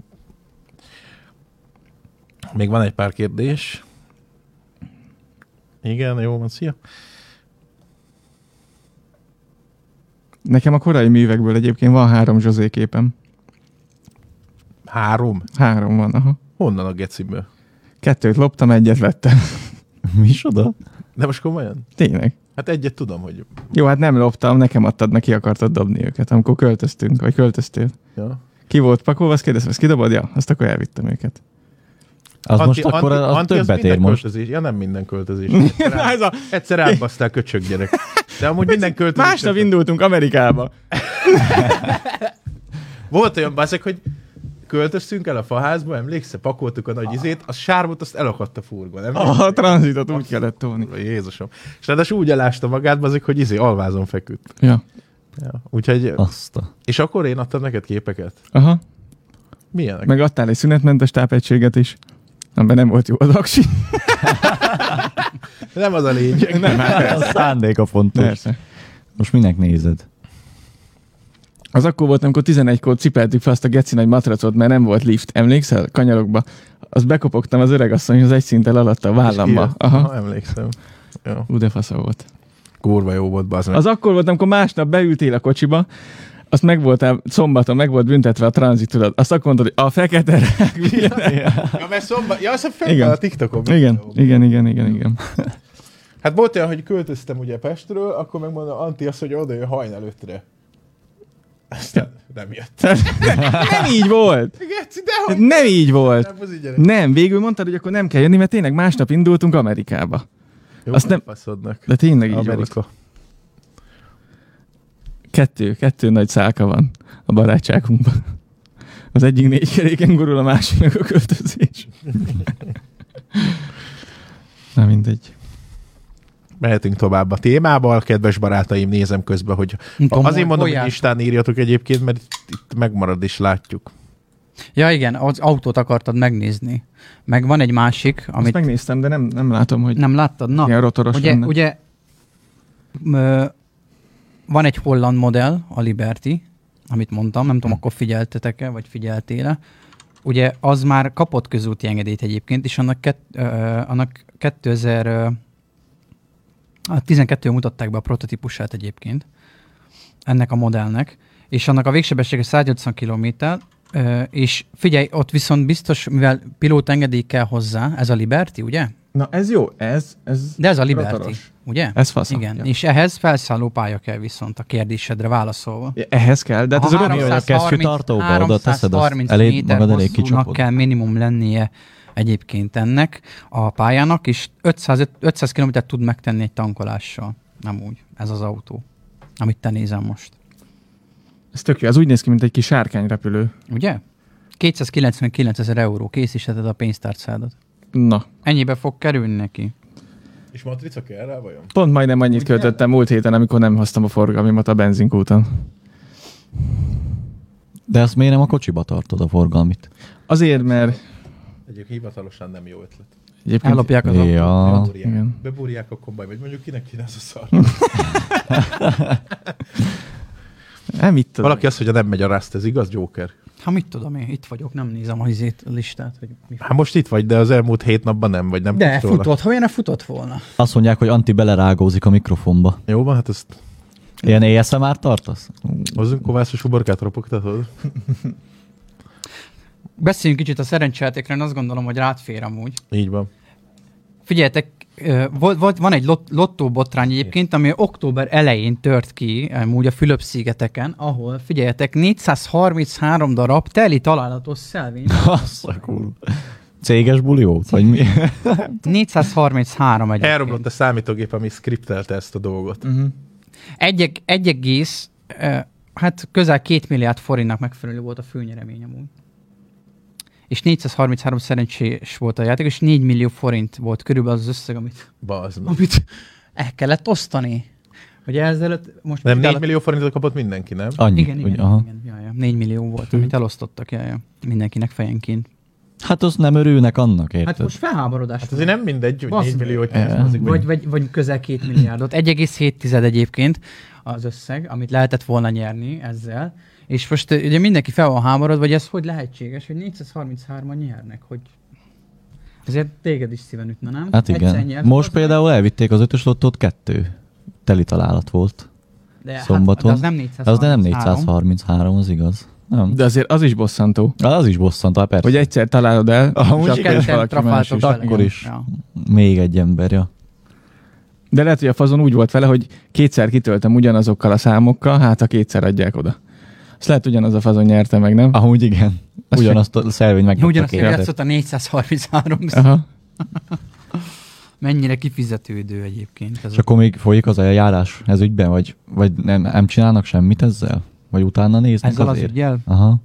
még van egy pár kérdés. Igen, jó van, szia. Nekem a korai művekből egyébként van 3 Zsozé képem. 3? 3 van, aha. Honnan a geciből? 2 loptam, 1 vettem. Micsoda? De most komolyan? Tényleg. Hát 1 tudom, hogy... Jó, hát nem loptam, nekem adtad, meg ki akartad dobni őket, amikor költöztünk, vagy költöztél. Ja. Ki volt pakolva, azt kérdeztem, ezt kidobod? Ja, azt akkor elvittem őket. Az most akkor az többet ér most. Költözés. Ja, nem minden költözés. Egyszer átbasztál köcsög gyerek. De amúgy minden költözés... Másnap indultunk Amerikába. Volt olyan baszek, hogy költöztünk el a faházba, emlékszel, pakoltuk a nagy izét, az sárvot, azt elakadt a furgon. A tranzitot úgy kellett tolni. Jézusom. És ráadásul úgy elásta magát, bazik, hogy alvázon feküdt. Ja. Úgyhogy... És akkor én adtam neked képeket? Aha. Milyenek? Meg adtál egy szünetmentes tápegységet is. Amiben nem volt jó az aksi. Nem az a lényeg. Nem, a szándék a fontos. Persze. Most minek nézed? Az akkor volt, amikor 11-kor cipeltük fel azt a geci nagy matracot, mert nem volt lift. Emlékszel? Kanyarokba. Azt bekopogtam az öregasszonyhoz egy szinttel alatt a vállamba. Aha, emlékszem. De fasza volt. Kurva jó volt, bazd meg. Az akkor volt, amikor másnap beültél a kocsiba, azt meg voltál, szombaton meg volt büntetve a tranzitodat. Azt akkor mondtad, hogy a fekete rág. Ja, mert szombat... Ja, azt fel a TikTokon. Igen. Hát volt olyan, hogy költöztem ugye Pestről, akkor megmondom Antti azt, hogy oda jön hajnal 5-re. Aztán nem jött. Nem így volt. Nem így volt. Nem, végül mondtad, hogy akkor nem kell jönni, mert tényleg másnap indultunk Amerikába. Jó, azt nem faszodnak. De tényleg így volt. Kettő nagy szálka van a barátságunkban. Az egyik 4 keréken gurul, a másik meg a költözés. Na mindegy. Mehetünk tovább a témával, kedves barátaim, nézem közben, hogy azért mondom, hogy Istán írjatok egyébként, mert itt megmarad és látjuk. Ja igen, az autót akartad megnézni. Meg van egy másik, amit... Azt megnéztem, de nem látom, hogy... Nem láttad? Na, ilyen rotoros ugye van egy holland modell, a Liberty, amit mondtam, nem tudom, akkor figyeltetek-e, vagy figyeltél-e. ugye az már kapott közúti engedélyt egyébként, és annak 2012 mutatták be a prototípusát egyébként ennek a modellnek, és annak a végsebessége 180 km, és figyelj, ott viszont biztos, mivel pilóta engedély kell hozzá, ez a Liberty, ugye? Na ez jó, ez de ez a Liberty, rotoros. Ugye? Ez faszom. Igen, és ehhez felszálló pálya kell viszont a kérdésedre válaszolva. Ehhez kell, de hát ez a hogy a kesztyűtartóba oda teszed, azt magad elég kicsapod. Kell minimum lennie egyébként ennek a pályának, és 500 km-t tud megtenni egy tankolással. Nem úgy. Ez az autó, amit te nézem most. Ez tök jó. Ez úgy néz ki, mint egy kis sárkányrepülő. Ugye? 299 000 euró. Készítheted a pénztárcádat. Na. Ennyibe fog kerülni neki. És matrica kell rá, vajon? Pont majdnem annyit költöttem múlt héten, amikor nem hoztam a forgalmimat a benzinkúton. De ezt miért nem a kocsiba tartod a forgalmit? Azért, mert... Egyébként hivatalosan nem jó ötlet. Egyébként... Ellopják az autót. Bebúrják a kombány, vagy mondjuk kinek kéne ez a szar. Mit tudom. Valaki azt, hogy nem megy a Rust, ez igaz, Joker? Hát mit tudom én, itt vagyok, nem nézem a listát. Hogy mi hát most itt vagy, de az elmúlt 7 napban nem vagy, nem de futott, ha olyan futott volna. Azt mondják, hogy Anti belerágózik a mikrofonba. Jó van, hát ezt... Ilyen ASMR tartasz? Hozzunk kovászos uborkát, ropogtatod? Beszéljünk kicsit a szerencsejátékra, én azt gondolom, hogy rád fér amúgy. Így van. Figyeljetek, van egy lottóbotrány egyébként, ami október elején tört ki, amúgy a Fülöp-szigeteken, ahol, figyeljetek, 433 darab teli találatos szelvény. Céges buliót? Vagy mi? 433 egyébként. Elromlott a számítógép, ami skriptelte ezt a dolgot. Hát közel 2 milliárd forintnak megfelelő volt a főnyeremény amúgy. És 433 szerencsés volt a játék, és 4 millió forint volt körülbelül az összeg, amit el kellett osztani. Ugye ezzel most... Nem 4 millió forintot kapott mindenki, nem? Annyi. Igen. 4 millió volt, amit elosztottak mindenkinek fejenként. Hát azt nem örülnek annak, érted? Hát most felháborodás. Hát azért nem mindegy, hogy 4 milliót vagy közel 2 milliárdot. 1,7 egyébként az összeg, amit lehetett volna nyerni ezzel. És most ugye mindenki fel van háborodva, hogy ez hogy lehetséges, hogy 433-an nyernek, hogy ezért téged is szíven ütne, nem? Hát igen. Most például elvitték az 5-ös lottót, 2 teli találat volt. De szombaton. Hát, az nem 433. Az nem 433, az igaz. Nem. De azért az is bosszantó. Az is bosszantó, persze. Hogy egyszer találod el, és ketten trafáltok akkor is. Ja. Még egy ember, ja. De lehet, hogy a fazon úgy volt vele, hogy kétszer kitöltem ugyanazokkal a számokkal, hát ha kétszer adják oda. Azt lehet ugyanaz a fazon nyerte meg, nem? Ahogy igen. Ugyanazt a szelvény megkapta. Ugyanazt játszott a 433. Aha. Mennyire kifizetődő egyébként. És akkor még folyik az eljárás ez ügyben, vagy nem csinálnak semmit ezzel? Vagy utána néznek ezzel azért? Az ügyel? Aha.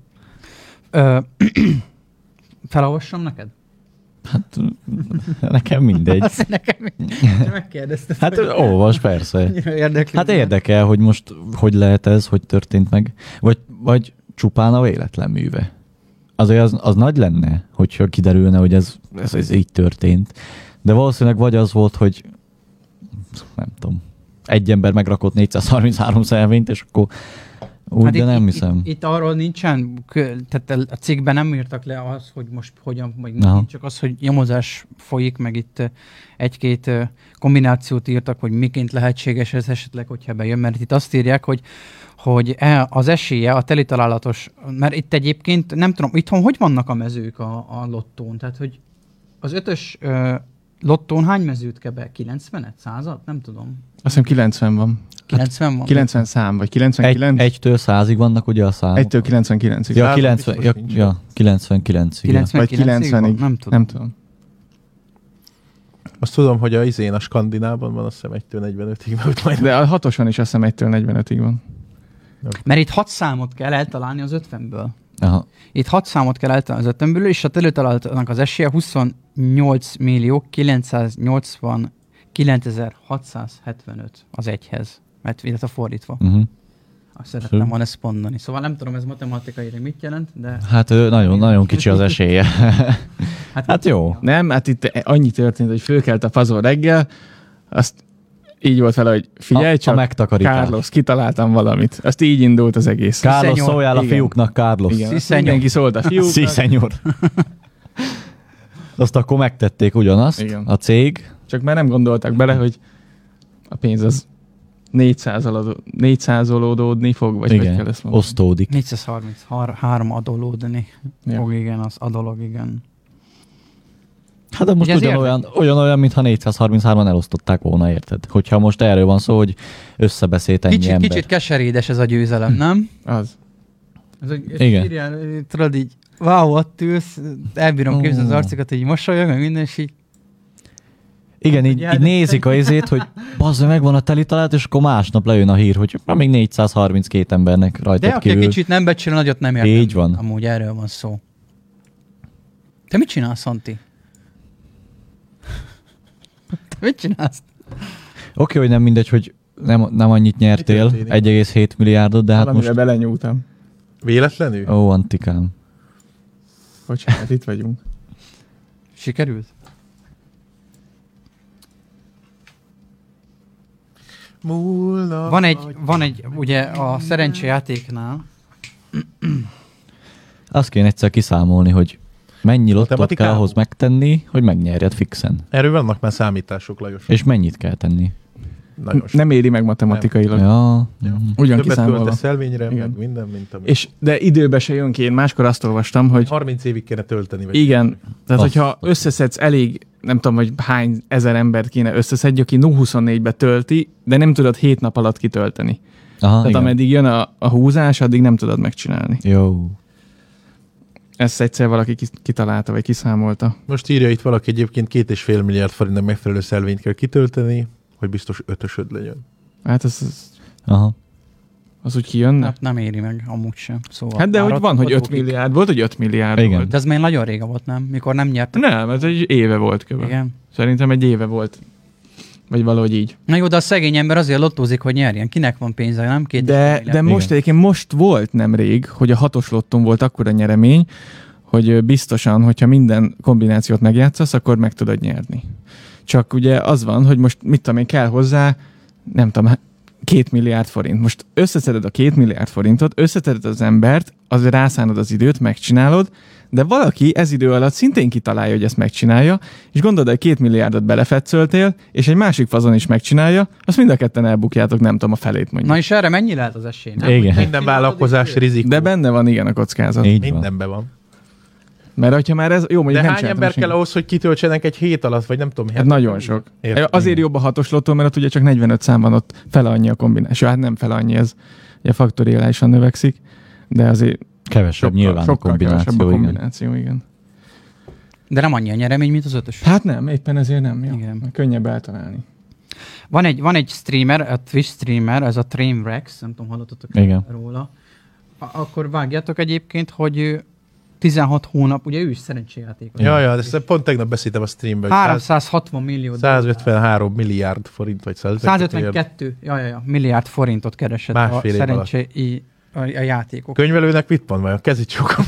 Felolvassam neked? Hát nekem mindegy. Nekem megkérdezted. Hát olvas, persze. Hát érdekel, hogy most hogy lehet ez, hogy történt meg. Vagy csupán a véletlen műve. Azért az nagy lenne, hogyha kiderülne, hogy ez így történt. De valószínűleg vagy az volt, hogy nem tudom, egy ember megrakott 433 szelvényt, és akkor úgy, hát de nem hiszem. Itt arról nincsen, tehát a cikkben nem írtak le az, hogy most hogyan, vagy nincs, csak az, hogy nyomozás folyik, meg itt egy-két kombinációt írtak, hogy miként lehetséges ez esetleg, hogyha bejön, mert itt azt írják, hogy az esélye, a telitalálatos, mert itt egyébként, nem tudom, itthon hogy vannak a mezők a lottón? Tehát, hogy az 5-ös lottón hány mezőt kell be? 90-et? 100-at? Nem tudom. Azt hiszem 90 van. 90 van? 90 szám, vagy 99? 1-től 100-ig vannak ugye a számok? 1-től 99-ig. Ja, 99-ig. Vagy 90-ig. Nem tudom. Azt tudom, hogy a Skandinában van, azt hiszem 1-től 45-ig. Majd... De a 6-oson is azt hiszem 1-től 45-ig van. Mert itt 6 számot kell eltalálni az 50-ből. Aha. Itt 6 számot kell eltalálni az 50-ből, és a telőtalálatnak az esélye 28.989.675 az egyhez. Mert illetve fordítva. Azt szerettem volna ezt mondani. Szóval nem tudom, ez matematikailag mit jelent, de... Hát nagyon kicsi az esélye. Hát jó. Nem, hát itt annyi történt, hogy fölkelt a fazon reggel, azt így volt vele, hogy figyelj csak, Carlos, kitaláltam valamit. Azt így indult az egész. Carlos, szóljál a fiúknak, Carlos. Igen, mindenki szólt a fiúknak. Sí, senyor. Azt akkor megtették ugyanazt, igen. A cég. Csak már nem gondoltak bele, hogy a pénz az 400-olódni fog, vagy igen, hogy kell ezt mondani. osztódik. 433 adolódni fog, igen, az adolog, igen. Hát de most ugyanolyan, mintha 433-an elosztották volna, érted? Hogyha most erről van szó, hogy összebeszélt ennyi ember. Kicsit keserédes ez a győzelem, nem? Az. Igen. Tudod így, wow, ott ülsz, elbírom képzelni az arcokat, hogy így mosolyog, meg minden, és így... Igen, így nézik a izét, hogy bazzol, megvan a teli találat, és akkor másnap lejön a hír, hogy még 432 embernek rajtad kívül. De aki kicsit nem becsül, nagyot nem értem. Így van. Amúgy erről van szó. Te mit csinálsz, Antti? Te mit csinálsz? Oké, hogy nem mindegy, hogy nem annyit nyertél, 1,7 milliárdot, de hát valamire most... belenyúltam. Véletlenül? Ó, Antikám. Bocsánat, itt vagyunk. Sikerült? Van egy, ugye a szerencsejátéknál. Azt kéne egyszer kiszámolni, hogy mennyi lottot kell ahhoz megtenni, hogy megnyerjed fixen. Erről vannak már számítások, Lajos. És mennyit kell tenni? Nem éri meg matematikailag. Ja. Ugyan többet kiszámolva. költesz szelvényre, meg minden, mint amit. De időbe se jön ki. Én máskor azt olvastam, hogy... 30 évig kéne tölteni. Vagy igen. Tehát, hogyha összeszedsz elég, nem tudom, hogy hány ezer embert kéne összeszedni, aki 24-be tölti, de nem tudod 7 nap alatt kitölteni. Aha, tehát igen. Ameddig jön a húzás, addig nem tudod megcsinálni. Jó. Ezt egyszer valaki kitalálta, vagy kiszámolta. Most írja itt valaki egyébként 2,5 milliárd forintnak megfelelő szelvényt kell kitölteni, hogy biztos 5-ösöd legyen. Hát az úgy kijönne? Hát nem éri meg, amúgy sem. Szóval hát de hogy van, hogy 5 milliárd volt, hogy 5 milliárd igen. volt. De ez még nagyon régen volt, nem? Mikor nem nyertek. Nem, ez egy éve volt kb. Igen. Szerintem egy éve volt. Vagy valahogy így. Na jó, de a szegény ember azért lottózik, hogy nyerjen. Kinek van pénze, nem? De most egyébként most volt nemrég, hogy a 6-os lotton volt akkora nyeremény, hogy biztosan, hogyha minden kombinációt megjátszasz, akkor meg tudod nyerni. Csak ugye az van, hogy most mit tudom én, kell hozzá, nem tudom, 2 milliárd forint. Most összeszeded a 2 milliárd forintot, összeszeded az embert, azért rászánod az időt, megcsinálod, de valaki ez idő alatt szintén kitalálja, hogy ezt megcsinálja, és gondolod, hogy 2 milliárdot belefetszöltél, és egy másik fazon is megcsinálja, azt mind a ketten elbukjátok, nem tudom, a felét mondjuk. Na és erre mennyi lehet az esély? Nem? Igen. Minden vállalkozás rizikó. De benne van, igen, a kockázat. Mindenben van. Mert hogyha már ez... Jó, de hány ember kell ahhoz, hogy kitöltsenek egy hét alatt, vagy nem tudom. Hát nagyon sok. Értem. Azért jobb a 6-os lottó, mert ott ugye csak 45 szám van, ott fele annyi a kombináció. Hát nem fele annyi, ez ugye faktoriálisan növekszik, de azért kevesebb nyilván a kombináció, igen. De nem annyi a nyeremény, mint az 5-ös. Hát nem, éppen ezért nem. Ja. Igen. Könnyebb eltalálni. Van egy streamer, a Twitch streamer, ez a Trainwrecks, nem tudom, hallottatok róla. Akkor vágjátok egyébként, hogy 16 hónap, ugye ő is szerencséjátékos. Ja, de pont tegnap beszéltem a streamben. 360 millió 153 milliárd forint, vagy 152 milliárd forintot keresett a szerencséi a játékok. Könyvelőnek mit van majd? A kezit sokan.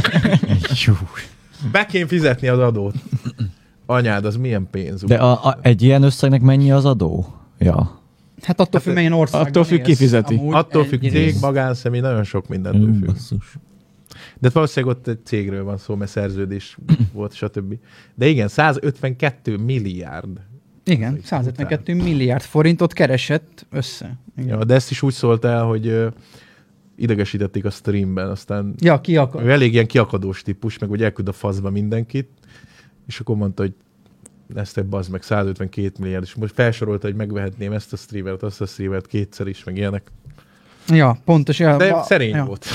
Be kéne fizetni az adót. Anyád, az milyen pénz? De egy ilyen összegnek mennyi az adó? Ja. Hát attól függ, melyen országban attól függ, kifizeti. Attól függ, cég, magánszemély, nagyon sok mindentől függ. De valószínűleg ott egy cégről van szó, mert szerződés volt, stb. De igen, 152 milliárd. Igen, 152 milliárd forintot keresett össze. Igen. Ja, de ezt is úgy szólt el, hogy idegesítették a streamben, aztán ő elég ilyen kiakadós típus, meg hogy elküld a faszba mindenkit, és akkor mondta, hogy ezt egy bazd meg 152 milliárd, és most felsorolta, hogy megvehetném ezt a streamert, azt a streamert kétszer is, meg ilyenek. Ja, pontos. Ja, de szerény volt.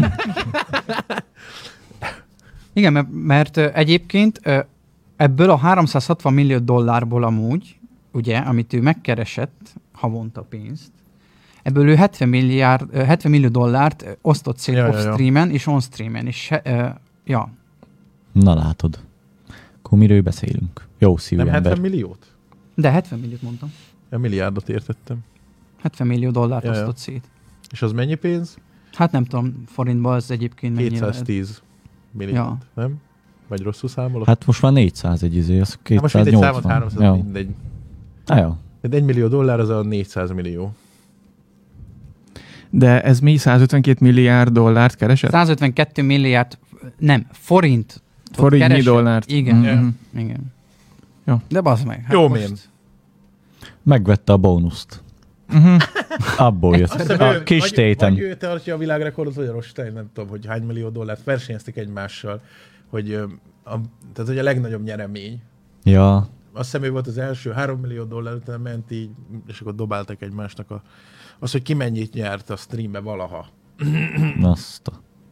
Igen, mert egyébként ebből a 360 millió dollárból amúgy, ugye, amit ő megkeresett havonta pénzt, ebből ő 70 millió dollárt osztott szét off-streamen és on-streamen. És, ja. Na látod. Akkor miről beszélünk? Jó szívű nem ember. 70 milliót? De 70 milliót mondtam. A milliárdot értettem. 70 millió dollárt osztott szét. És az mennyi pénz? Hát nem tudom, forintban az egyébként mennyi 210 millió, nem? Vagy rosszul számolok? Hát most már 400 egy izé, az 280. Most mindegy, számot 300, mindegy. Ja. De $1 millió az a 400 millió. De ez mi 152 milliárd dollárt keresett? 152 milliárd, nem, forint. Forintnyi dollárt. Igen. Yeah. Igen. Jó. De bazd meg. Hát Jó, most... miért? Megvette a bónuszt. Abból jött. A kis téten. Vagy ő tartja a világrekordot, vagy a Rostein, nem tudom, hogy hány millió dollárt versenyeztek egymással, hogy, tehát, hogy a legnagyobb nyeremény. Ja. Azt hiszem, ő volt az első, $3 millió, utána ment így, és akkor dobáltak egymásnak az, hogy ki mennyit nyert a streambe valaha. Azt.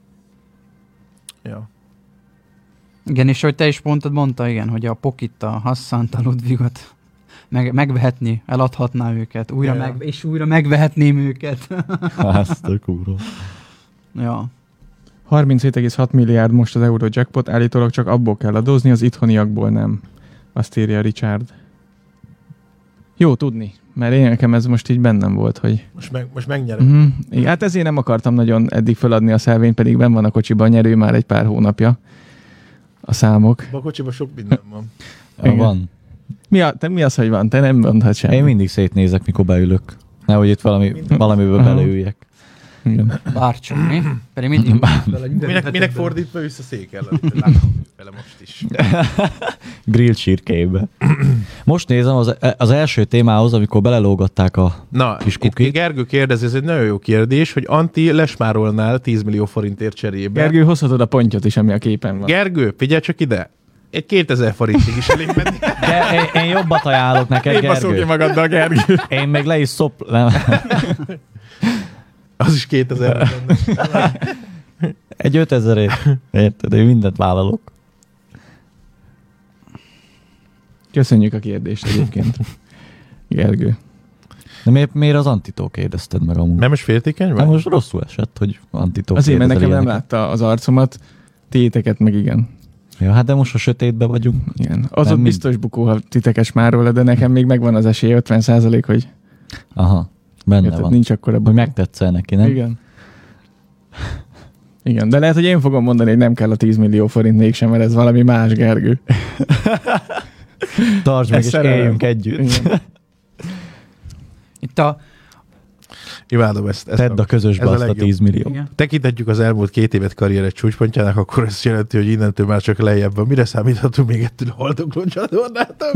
Ja. Igen, és hogy te is mondta, igen, hogy a Pokit, a Hassant, a Ludwigot megvehetni, eladhatná őket, és újra megvehetném őket. Azt a kurva. Ja. 37,6 milliárd most az Eurojackpot, állítólag csak abból kell adózni, az itthoniakból nem. Azt írja Richard. Jó tudni, mert én nekem ez most így bennem volt, hogy... Most megnyerem. Igen, hát ezért nem akartam nagyon eddig feladni a szelvényt, pedig benn van a kocsiban, nyerő már egy pár hónapja a számok. A kocsiban sok minden van. Van. Mi az, hogy van? Te nem mondhatsz semmit. Én mindig szétnézek, mikor beülök. Nehogy itt valamiből beleüljek. Bárcsak, mi? Pedig mindig... Minek fordítva vissza székel? Látom vele most is. Grill csirkébe. Most nézem az első témához, amikor belelógatták a kis kukit. Itt Gergő kérdezi, ez egy nagyon jó kérdés, hogy Anti lesmárolnál 10 millió forintért cserébe. Gergő, hozhatod a pontyot is, ami a képen van. Gergő, figyelj csak ide! Egy 2000 forintig is elég menni. Én jobbat ajánlok neked, Gergő. Baszol ki magaddal, Gergő. Én még le is nem. Az is 2000. Egy 5000-ért. Érted? Én mindent vállalok. Köszönjük a kérdést egyébként, Gergő. De miért az Antitól kérdezted meg amúgy? Nem most féltékeny vagy? Nem, most rosszul esett, hogy Antitól azért, mert nekem ilyeneket. nem látta az arcomat, téteket meg igen. Ja, hát de most a sötétben vagyunk. Igen. Az ott biztos bukó, ha titekes már róla, de nekem még megvan az esély 50%, hogy aha, benne érted, van. nincs akkora bukó. Hogy megtetszel neki, nem? Igen. Igen, de lehet, hogy én fogom mondani, hogy nem kell a 10 millió forint mégsem, mert ez valami más, Gergő. Tartsd meg, és éljünk együtt. Igen. Itt a... Imádom ezt. Tedd a közösbe azt a 10 millió. Igen. Tekintetjük az elmúlt 2 évet karrier egy csúcspontjának, akkor ez jelenti, hogy innentől már csak lejjebb van. Mire számíthatunk még ettől a haldokló csatornátok?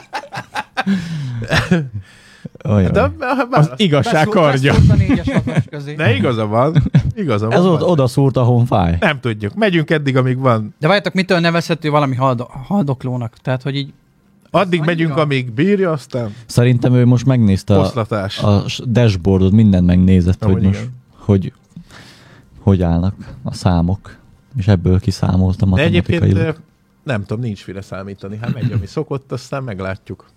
Az igazság kardja. De igaza van. Ez oda szúrt a honfáj. Nem tudjuk. Megyünk eddig, amíg van. De várjátok, mitől nevezhető valami haldoklónak? Tehát, hogy így... Addig megyünk, amíg bírja, aztán Szerintem ő most megnézte a dashboardot, mindent megnézett, hogy most hogy állnak a számok. És ebből kiszámolta matematikailag. De egyébként nem tudom, nincs mire számítani. Hát megy, ami szokott, aztán meglátjuk.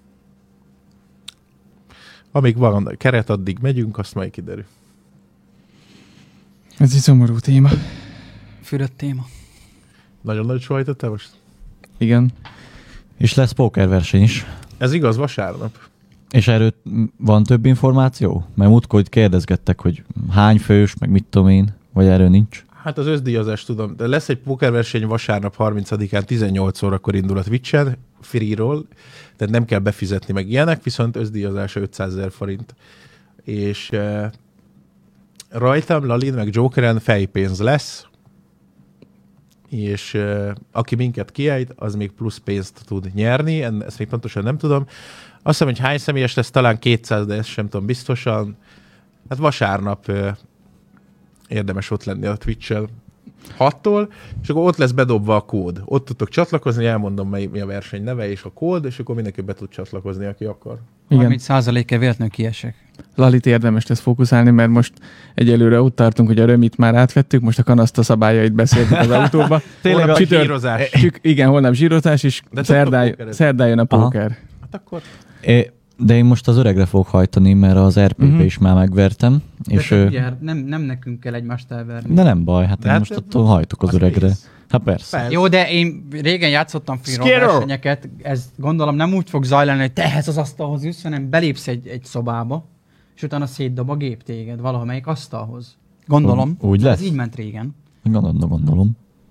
Amíg van keret, addig megyünk, azt majd kiderül. Ez egy szomorú téma. Fürödt téma. Nagyon nagy sohajtottál most? Igen. És lesz pókerverseny is. Ez igaz, vasárnap. És erről van több információ? Mert múltkor kérdezgettek, hogy hány fős, meg mit tudom én, vagy erről nincs? Hát az összdíjazást tudom. De lesz egy pókerverseny vasárnap 30-án 18 órakor indul a Twitch-en, free-ról, tehát nem kell befizetni meg ilyenek, viszont összdíjazása 500 000 forint. És rajtam, Lalin, meg Jokeren fejpénz lesz, és aki minket kiejt, az még plusz pénzt tud nyerni, ezt még pontosan nem tudom. Azt hiszem, hogy hány személyes lesz, talán 200, de ezt sem tudom biztosan. Hát vasárnap érdemes ott lenni a Twitch-en 6-tól, és akkor ott lesz bedobva a kód. Ott tudtok csatlakozni, elmondom, mi a verseny neve és a kód, és akkor mindenki be tud csatlakozni, aki akar. 30%-e véletlenül kiesek. Lalit érdemes lesz fókuszálni, mert most egyelőre ott tartunk, hogy a römit már átvettük, most a kanaszta szabályait beszéltük az autóba. Tényleg a zsírozás. Igen, holnap zsírozás, és szerdán jön a póker. Hát akkor... De én most az öregre fogok hajtani, mert az RP-be is már megvertem. De és nem nekünk kell egymást elverni. De nem baj, hát én most attól hajtok az öregre. Hát persze. Jó, de én régen játszottam free versenyeket, ez gondolom nem úgy fog zajlani, hogy te ehhez az asztalhoz jössz, hanem belépsz egy szobába, és utána szétdob a gép téged valamelyik asztalhoz. Gondolom. Úgy lesz? Ez így ment régen. Gondolom.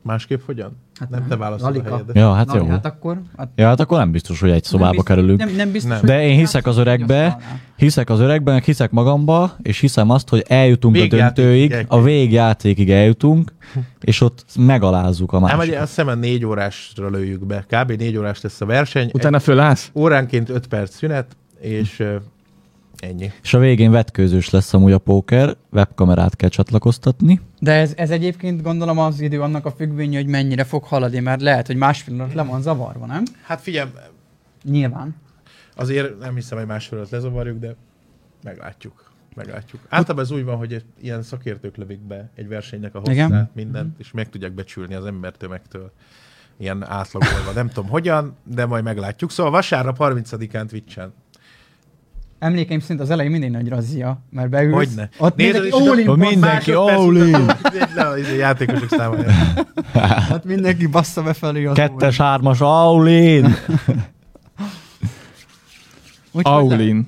Másképp hogyan? Hát nem te választod a helyedet. Ja, hát jó. Hát akkor nem biztos, hogy egy szobába kerülünk. Nem biztos, de én hiszek az öregbe, hiszek magamba, és hiszem azt, hogy eljutunk a döntőig, a végjátékig eljutunk, és ott megalázzuk a másikat. Nem, azt hiszem, 4 órásra lőjük be. Kb. 4 órás lesz a verseny. Utána fölállsz? Óránként 5 perc szünet, és ennyi. És a végén vetkőzős lesz amúgy a póker, webkamerát kell csatlakoztatni. De ez egyébként gondolom az idő annak a függvénye, hogy mennyire fog haladni, mert lehet, hogy más pillanat le van zavarva, nem? Hát figyelj. Nyilván. Azért nem hiszem, hogy más pillanat lezavarjuk, de meglátjuk. Általában ez úgy van, hogy ilyen szakértők lövik be egy versenynek a hosszát, mindent, és meg tudják becsülni az embertömegtől. Ilyen átlagolva. Nem tudom hogyan, de majd meglátjuk. Szóval vasárnap 30-án Twitch-en. Emlékeim szerint az elején mindig nagy razzia, mert beülsz. Hogyne. Ott mindenki all-in. Játékosok számára. Hát mindenki bassza befelé az 2-es, 3-as all-in. All-in.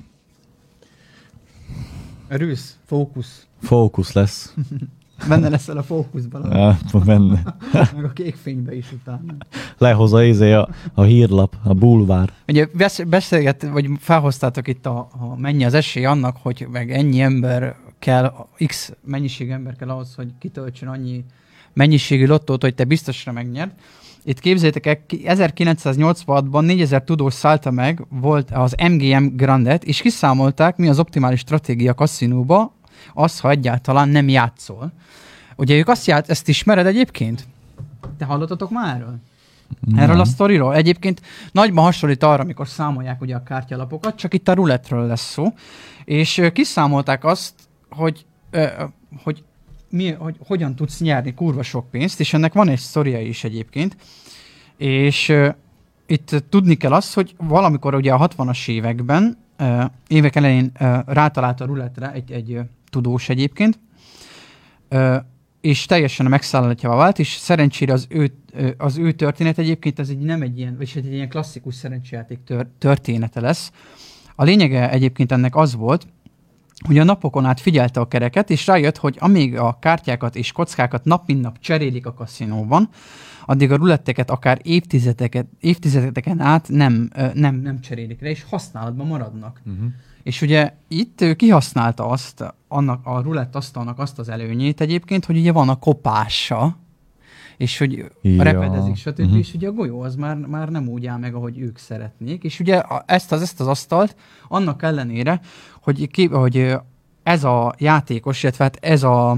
Örülsz? Fókusz. Fókusz lesz. Benne leszel a fókuszban. Ja, benne. Meg a kék fénybe is utána. Lehozza a hírlap, a bulvár. Ugye vagy felhoztátok itt mennyi az esély annak, hogy meg ennyi ember kell, x mennyiségű ember kell ahhoz, hogy kitöltsön annyi mennyiségű lottót, hogy te biztosra megnyerd. Itt képzeljétek el, 1986-ban 4000 tudós szállta meg, volt az MGM Grandet, és kiszámolták, mi az optimális stratégia kaszinóba, az, ha egyáltalán nem játszol. Ugye ők ezt ismered egyébként? Te hallottatok már erről? Erről a sztoriról? Egyébként nagyban hasonlít arra, amikor számolják ugye a kártyalapokat, csak itt a rulettről lesz szó. És kiszámolták azt, hogy hogyan tudsz nyerni kurva sok pénzt, és ennek van egy sztoria is egyébként. És itt tudni kell azt, hogy valamikor ugye a 60-as években, évek elején rátalált a rulettre egy tudós egyébként, és teljesen a megszállaltjává vált, és szerencsére az ő történet egyébként ez nem egy ilyen klasszikus szerencsejáték története lesz. A lényege egyébként ennek az volt, hogy a napokon át figyelte a kereket, és rájött, hogy amíg a kártyákat és kockákat nap mint nap cserélik a kaszinóban, addig a ruletteket akár évtizedeken át nem cserélik le, és használatban maradnak. És ugye itt ő kihasználta a rulett asztalnak azt az előnyét egyébként, hogy ugye van a kopása, és hogy repedezik, stb. És ugye a golyó az már nem úgy áll meg, ahogy ők szeretnék. És ugye ezt az asztalt, annak ellenére, hogy ez a játékos, illetve hát ez a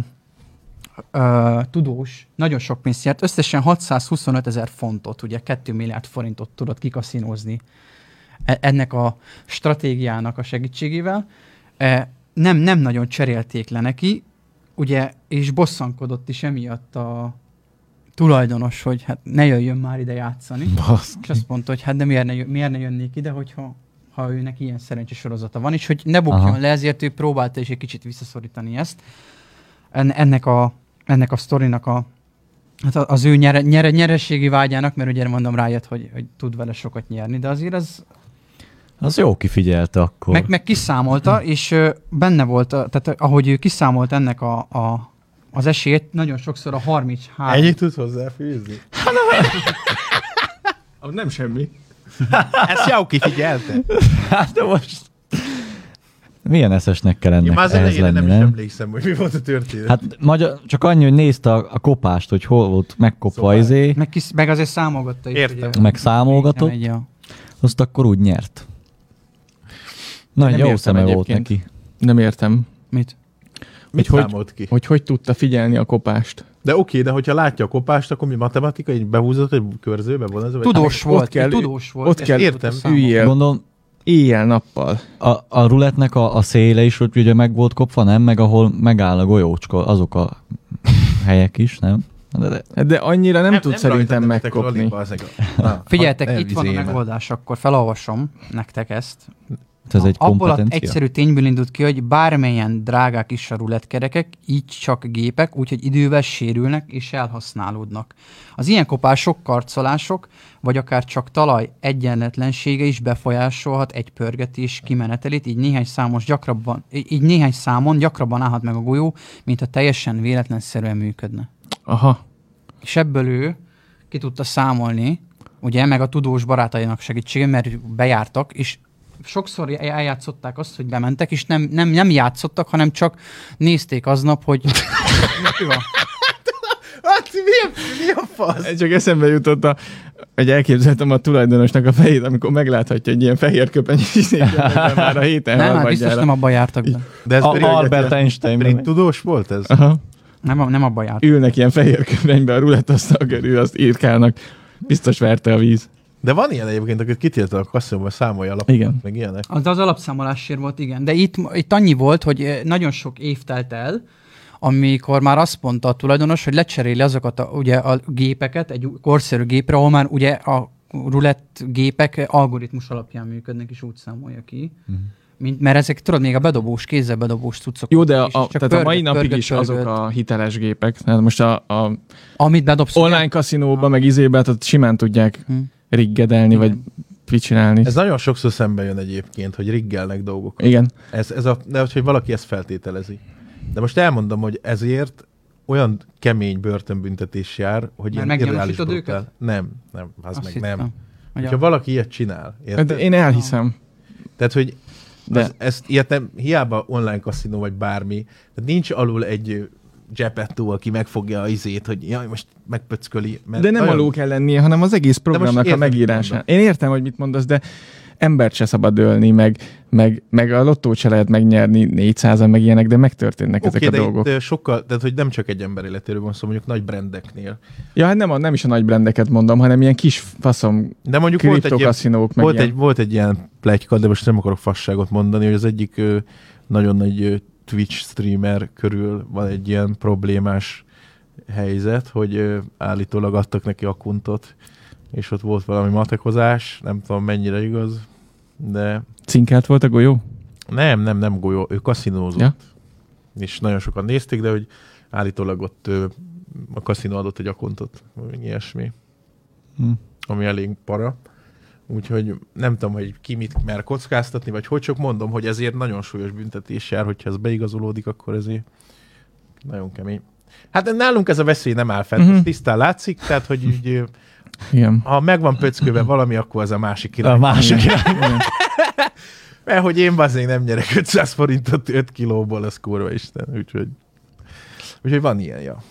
tudós nagyon sok pénzt nyert, összesen 625 000 fontot, ugye 2 milliárd forintot tudott kikaszinózni ennek a stratégiának a segítségével. Nem nagyon cserélték le neki, ugye, és bosszankodott is emiatt a tulajdonos, hogy hát ne jöjjön már ide játszani. Baszki. És azt mondta, hogy hát de miért ne jönnék ide, ha őnek ilyen szerencsés sorozata van, és hogy ne bukjon le, ezért ő próbálta is egy kicsit visszaszorítani ezt. Ennek a sztorinak az ő nyereségi vágyának, mert ugye mondom rájött, hogy tud vele sokat nyerni, de azért az jó kifigyelte akkor. Meg kiszámolta, és benne volt, tehát ahogy ő kiszámolt ennek az esélyt, nagyon sokszor a 33... Ennyit tudsz hozzáfűzni? Nem semmi. Ezt jó kifigyelte. Hát de most... Milyen eszesnek kell ennek ehhez lenni, nem is emlékszem, hogy mi volt a történet. Hát csak annyi, hogy nézte a kopást, hogy hol volt megkopva izé. Meg azért számolgatta is. Értem. Meg számolgatott. Azt akkor úgy nyert. Nagyon jó szeme volt neki. Nem értem. Mit számolt ki? Hogy tudta figyelni a kopást? De oké, de hogyha látja a kopást, akkor mi matematika, így behúzott egy körzőbe? Tudós volt. Ott kell értem. Üljél. Gondolom, éjjel-nappal. A rulettnek a széle is, hogy ugye meg volt kopva, nem? Meg ahol megáll a golyócska, azok a helyek is, nem? De annyira nem tud szerintem megkopni. Figyeljetek, itt van a megoldás, akkor felolvasom nektek ezt. Ez egy abból az egyszerű tényből indult ki, hogy bármelyen drágák is a rulettkerekek, így csak gépek, úgyhogy idővel sérülnek és elhasználódnak. Az ilyen kopások, karcolások, vagy akár csak talaj egyenletlensége is befolyásolhat egy pörgetés kimenetelét, így néhány számon gyakrabban állhat meg a golyó, mint ha teljesen véletlenszerűen működne. Aha. és ebből ő ki tudta számolni, ugye, meg a tudós barátainak segítsége, mert bejártak, és sokszor eljátszották azt, hogy bementek, és nem játszottak, hanem csak nézték aznap, hogy mi a fasz? Csak eszembe jutott, hogy elképzeltem a tulajdonosnak a fejét, amikor megláthatja egy ilyen fehér köpeny, már a héten nem, hát biztos nem abban jártak be. De ez Albert Einstein. Tudós volt ez? Aha. Nem abban jártak. Ülnek ilyen fehér köpenybe a rulettasztal körül, azt írkálnak. Biztos verte a víz. De van ilyen egyébként, akit kitiltanak a kasszóban, számolja alapokat, igen. meg ilyenek. Az alapszámolásért volt, igen. De itt annyi volt, hogy nagyon sok év telt el, amikor már azt mondta a tulajdonos, hogy lecseréli azokat ugye a gépeket egy korszerű gépre, ahol már ugye a rulett gépek algoritmus alapján működnek, és úgy számolja ki. Mert ezek, tudod, még a bedobós, kézzel bedobós cuccok. Jó, de tehát a mai napig is azok a hiteles gépek. Tehát most amit bedobsz, online kaszinóba, meg izébe, tehát simán tudják riggedelni, vagy csinálni. Ez nagyon sokszor szembe jön egyébként, hogy riggelnek dolgokat. Igen. De hogy valaki ezt feltételezi. De most elmondom, hogy ezért olyan kemény börtönbüntetés jár, hogy ilyen irreális brutál. Nem, az azt meg hittem. Nem. Hogyha valaki ilyet csinál. De én elhiszem. Tehát, hogy ilyet nem, hiába online kaszinó vagy bármi, tehát nincs alul egy Gepetto, aki megfogja a izét, hogy jaj, most megpöcköli. De nem alul kell lennie, hanem az egész programnak a megírásán. Én értem, hogy mit mondasz, de embert se szabad ölni, meg a lottót se lehet megnyerni 400-an, meg ilyenek, de megtörténnek ezek a dolgok. De sokkal, tehát hogy nem csak egy ember életéről van szó, mondjuk nagy brandeknél. Ja, hát nem is a nagy brandeket mondom, hanem ilyen kis faszom de mondjuk kriptokaszinók. Volt egy ilyen pletyka, de most nem akarok fasságot mondani, hogy az egyik nagyon nagy Twitch streamer körül van egy ilyen problémás helyzet, hogy állítólag adtak neki akuntot, és ott volt valami matekozás, nem tudom mennyire igaz, de... Cinkelt volt a golyó? Nem golyó, ő kaszinózott. Ja. És nagyon sokan nézték, de hogy állítólag ott a kaszinó adott egy akontot, vagy ilyesmi. Ami elég para. Úgyhogy nem tudom, hogy ki mit mer kockáztatni, vagy hogy csak mondom, hogy ezért nagyon súlyos büntetés jár, hogyha ez beigazolódik, akkor ezért nagyon kemény. Hát nálunk ez a veszély nem áll fent, tisztán látszik, tehát hogy így... Igen. Ha megvan pöckőben valami, akkor az a másik király. A másik király. Mert hogy én azért nem nyerek 500 forintot 5 kilóból, az kurva Isten. Úgyhogy van ilyen, ja.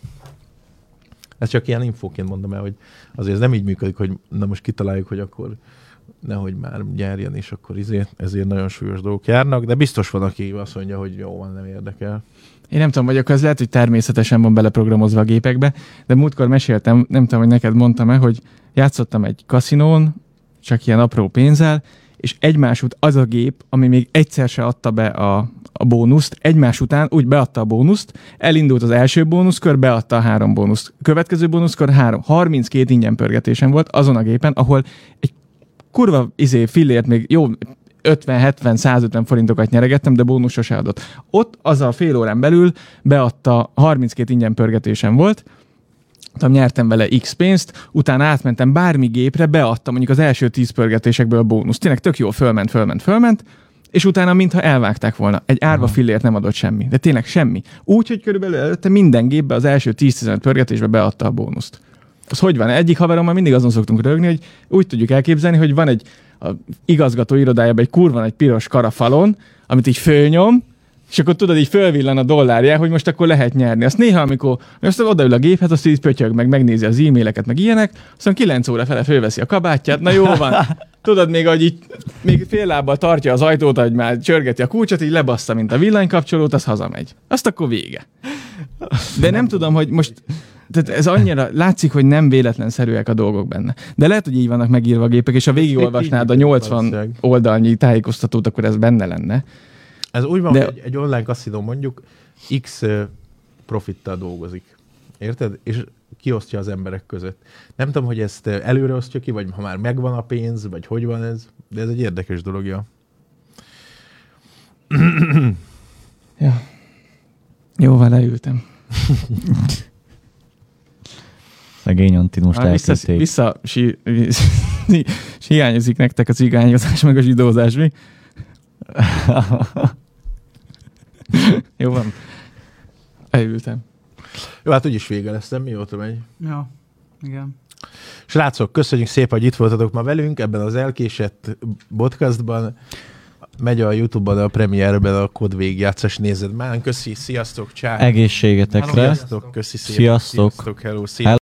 Ez csak ilyen infóként mondom el, hogy azért ez nem így működik, hogy na most kitaláljuk, hogy akkor nehogy már gyárjan, és akkor ezért nagyon súlyos dolgok járnak, de biztos van, aki azt mondja, hogy jó van, nem érdekel. Én nem tudom, vagy akkor ez lehet, hogy természetesen van beleprogramozva a gépekbe, de múltkor meséltem, nem tudom, hogy neked mondtam-e, hogy játszottam egy kaszinón, csak ilyen apró pénzzel, és egymás után az a gép, ami még egyszer se adta be a bónuszt, egymás után úgy beadta a bónuszt, elindult az első bónuszkör, beadta a 3 bónuszt. Következő bónuszkör 32 ingyen pörgetésem volt azon a gépen, ahol egy kurva fillért még jó 50-70-150 forintokat nyeregettem, de bónusz sose adott. Ott az a fél órán belül beadta, 32 ingyen pörgetésem volt, nyertem vele X pénzt, utána átmentem bármi gépre, beadtam mondjuk az első 10 pörgetésekből a bónusz. Tényleg tök jó, fölment, és utána mintha elvágták volna. Egy árva fillért nem adott semmi, de tényleg semmi. Úgy, hogy körülbelül előtte minden gépbe az első 10-15 pörgetésbe beadta a bónuszt. Az hogy van? Egyik haverommal mindig azon szoktunk rögni, hogy úgy tudjuk elképzelni, hogy van egy igazgató irodájában egy kurva egy piros karafalon, amit így fölnyom, és akkor tudod, így fölvillan a dollárjá, hogy most akkor lehet nyerni. Azt néha, amikor odaül a géphez, azt így pötyög, megnézi az e-maileket, meg ilyenek, aztán 9 óra fele fölveszi a kabátját, na jó van. Tudod, még fél lábbal tartja az ajtót, hogy már csörgeti a kulcsot, így lebassza, mint a villanykapcsolót, az hazamegy. Azt akkor vége. De nem tudom, hogy most... Tehát ez annyira látszik, hogy nem véletlenszerűek a dolgok benne. De lehet, hogy így vannak megírva a gépek, és ha végigolvasnád a 80 oldalnyi tájékoztatót, akkor ez benne lenne. Ez úgy van, hogy egy online kaszinó mondjuk X profittal dolgozik. Érted? És kiosztja az emberek között. Nem tudom, hogy ezt előre osztja ki, vagy ha már megvan a pénz, vagy hogy van ez, de ez egy érdekes dologja. Ja. Jóval leültem. Szegény Antin most elküldték. Hiányozik nektek a cigányozás, meg a zsidózás, mi? Jó van. Elültem. Jó, hát úgyis vége lesz, nem? Mióta megy? Ja, igen. Srácok, köszönjük szépen, hogy itt voltatok ma velünk ebben az elkésett podcastban. Megy a YouTube-ban a premierben a kód végigjátszás, nézed már. Köszi, sziasztok, csá! Egészségetekre! Sziasztok, köszi szépen! Sziasztok! Sziasztok, hello, szia!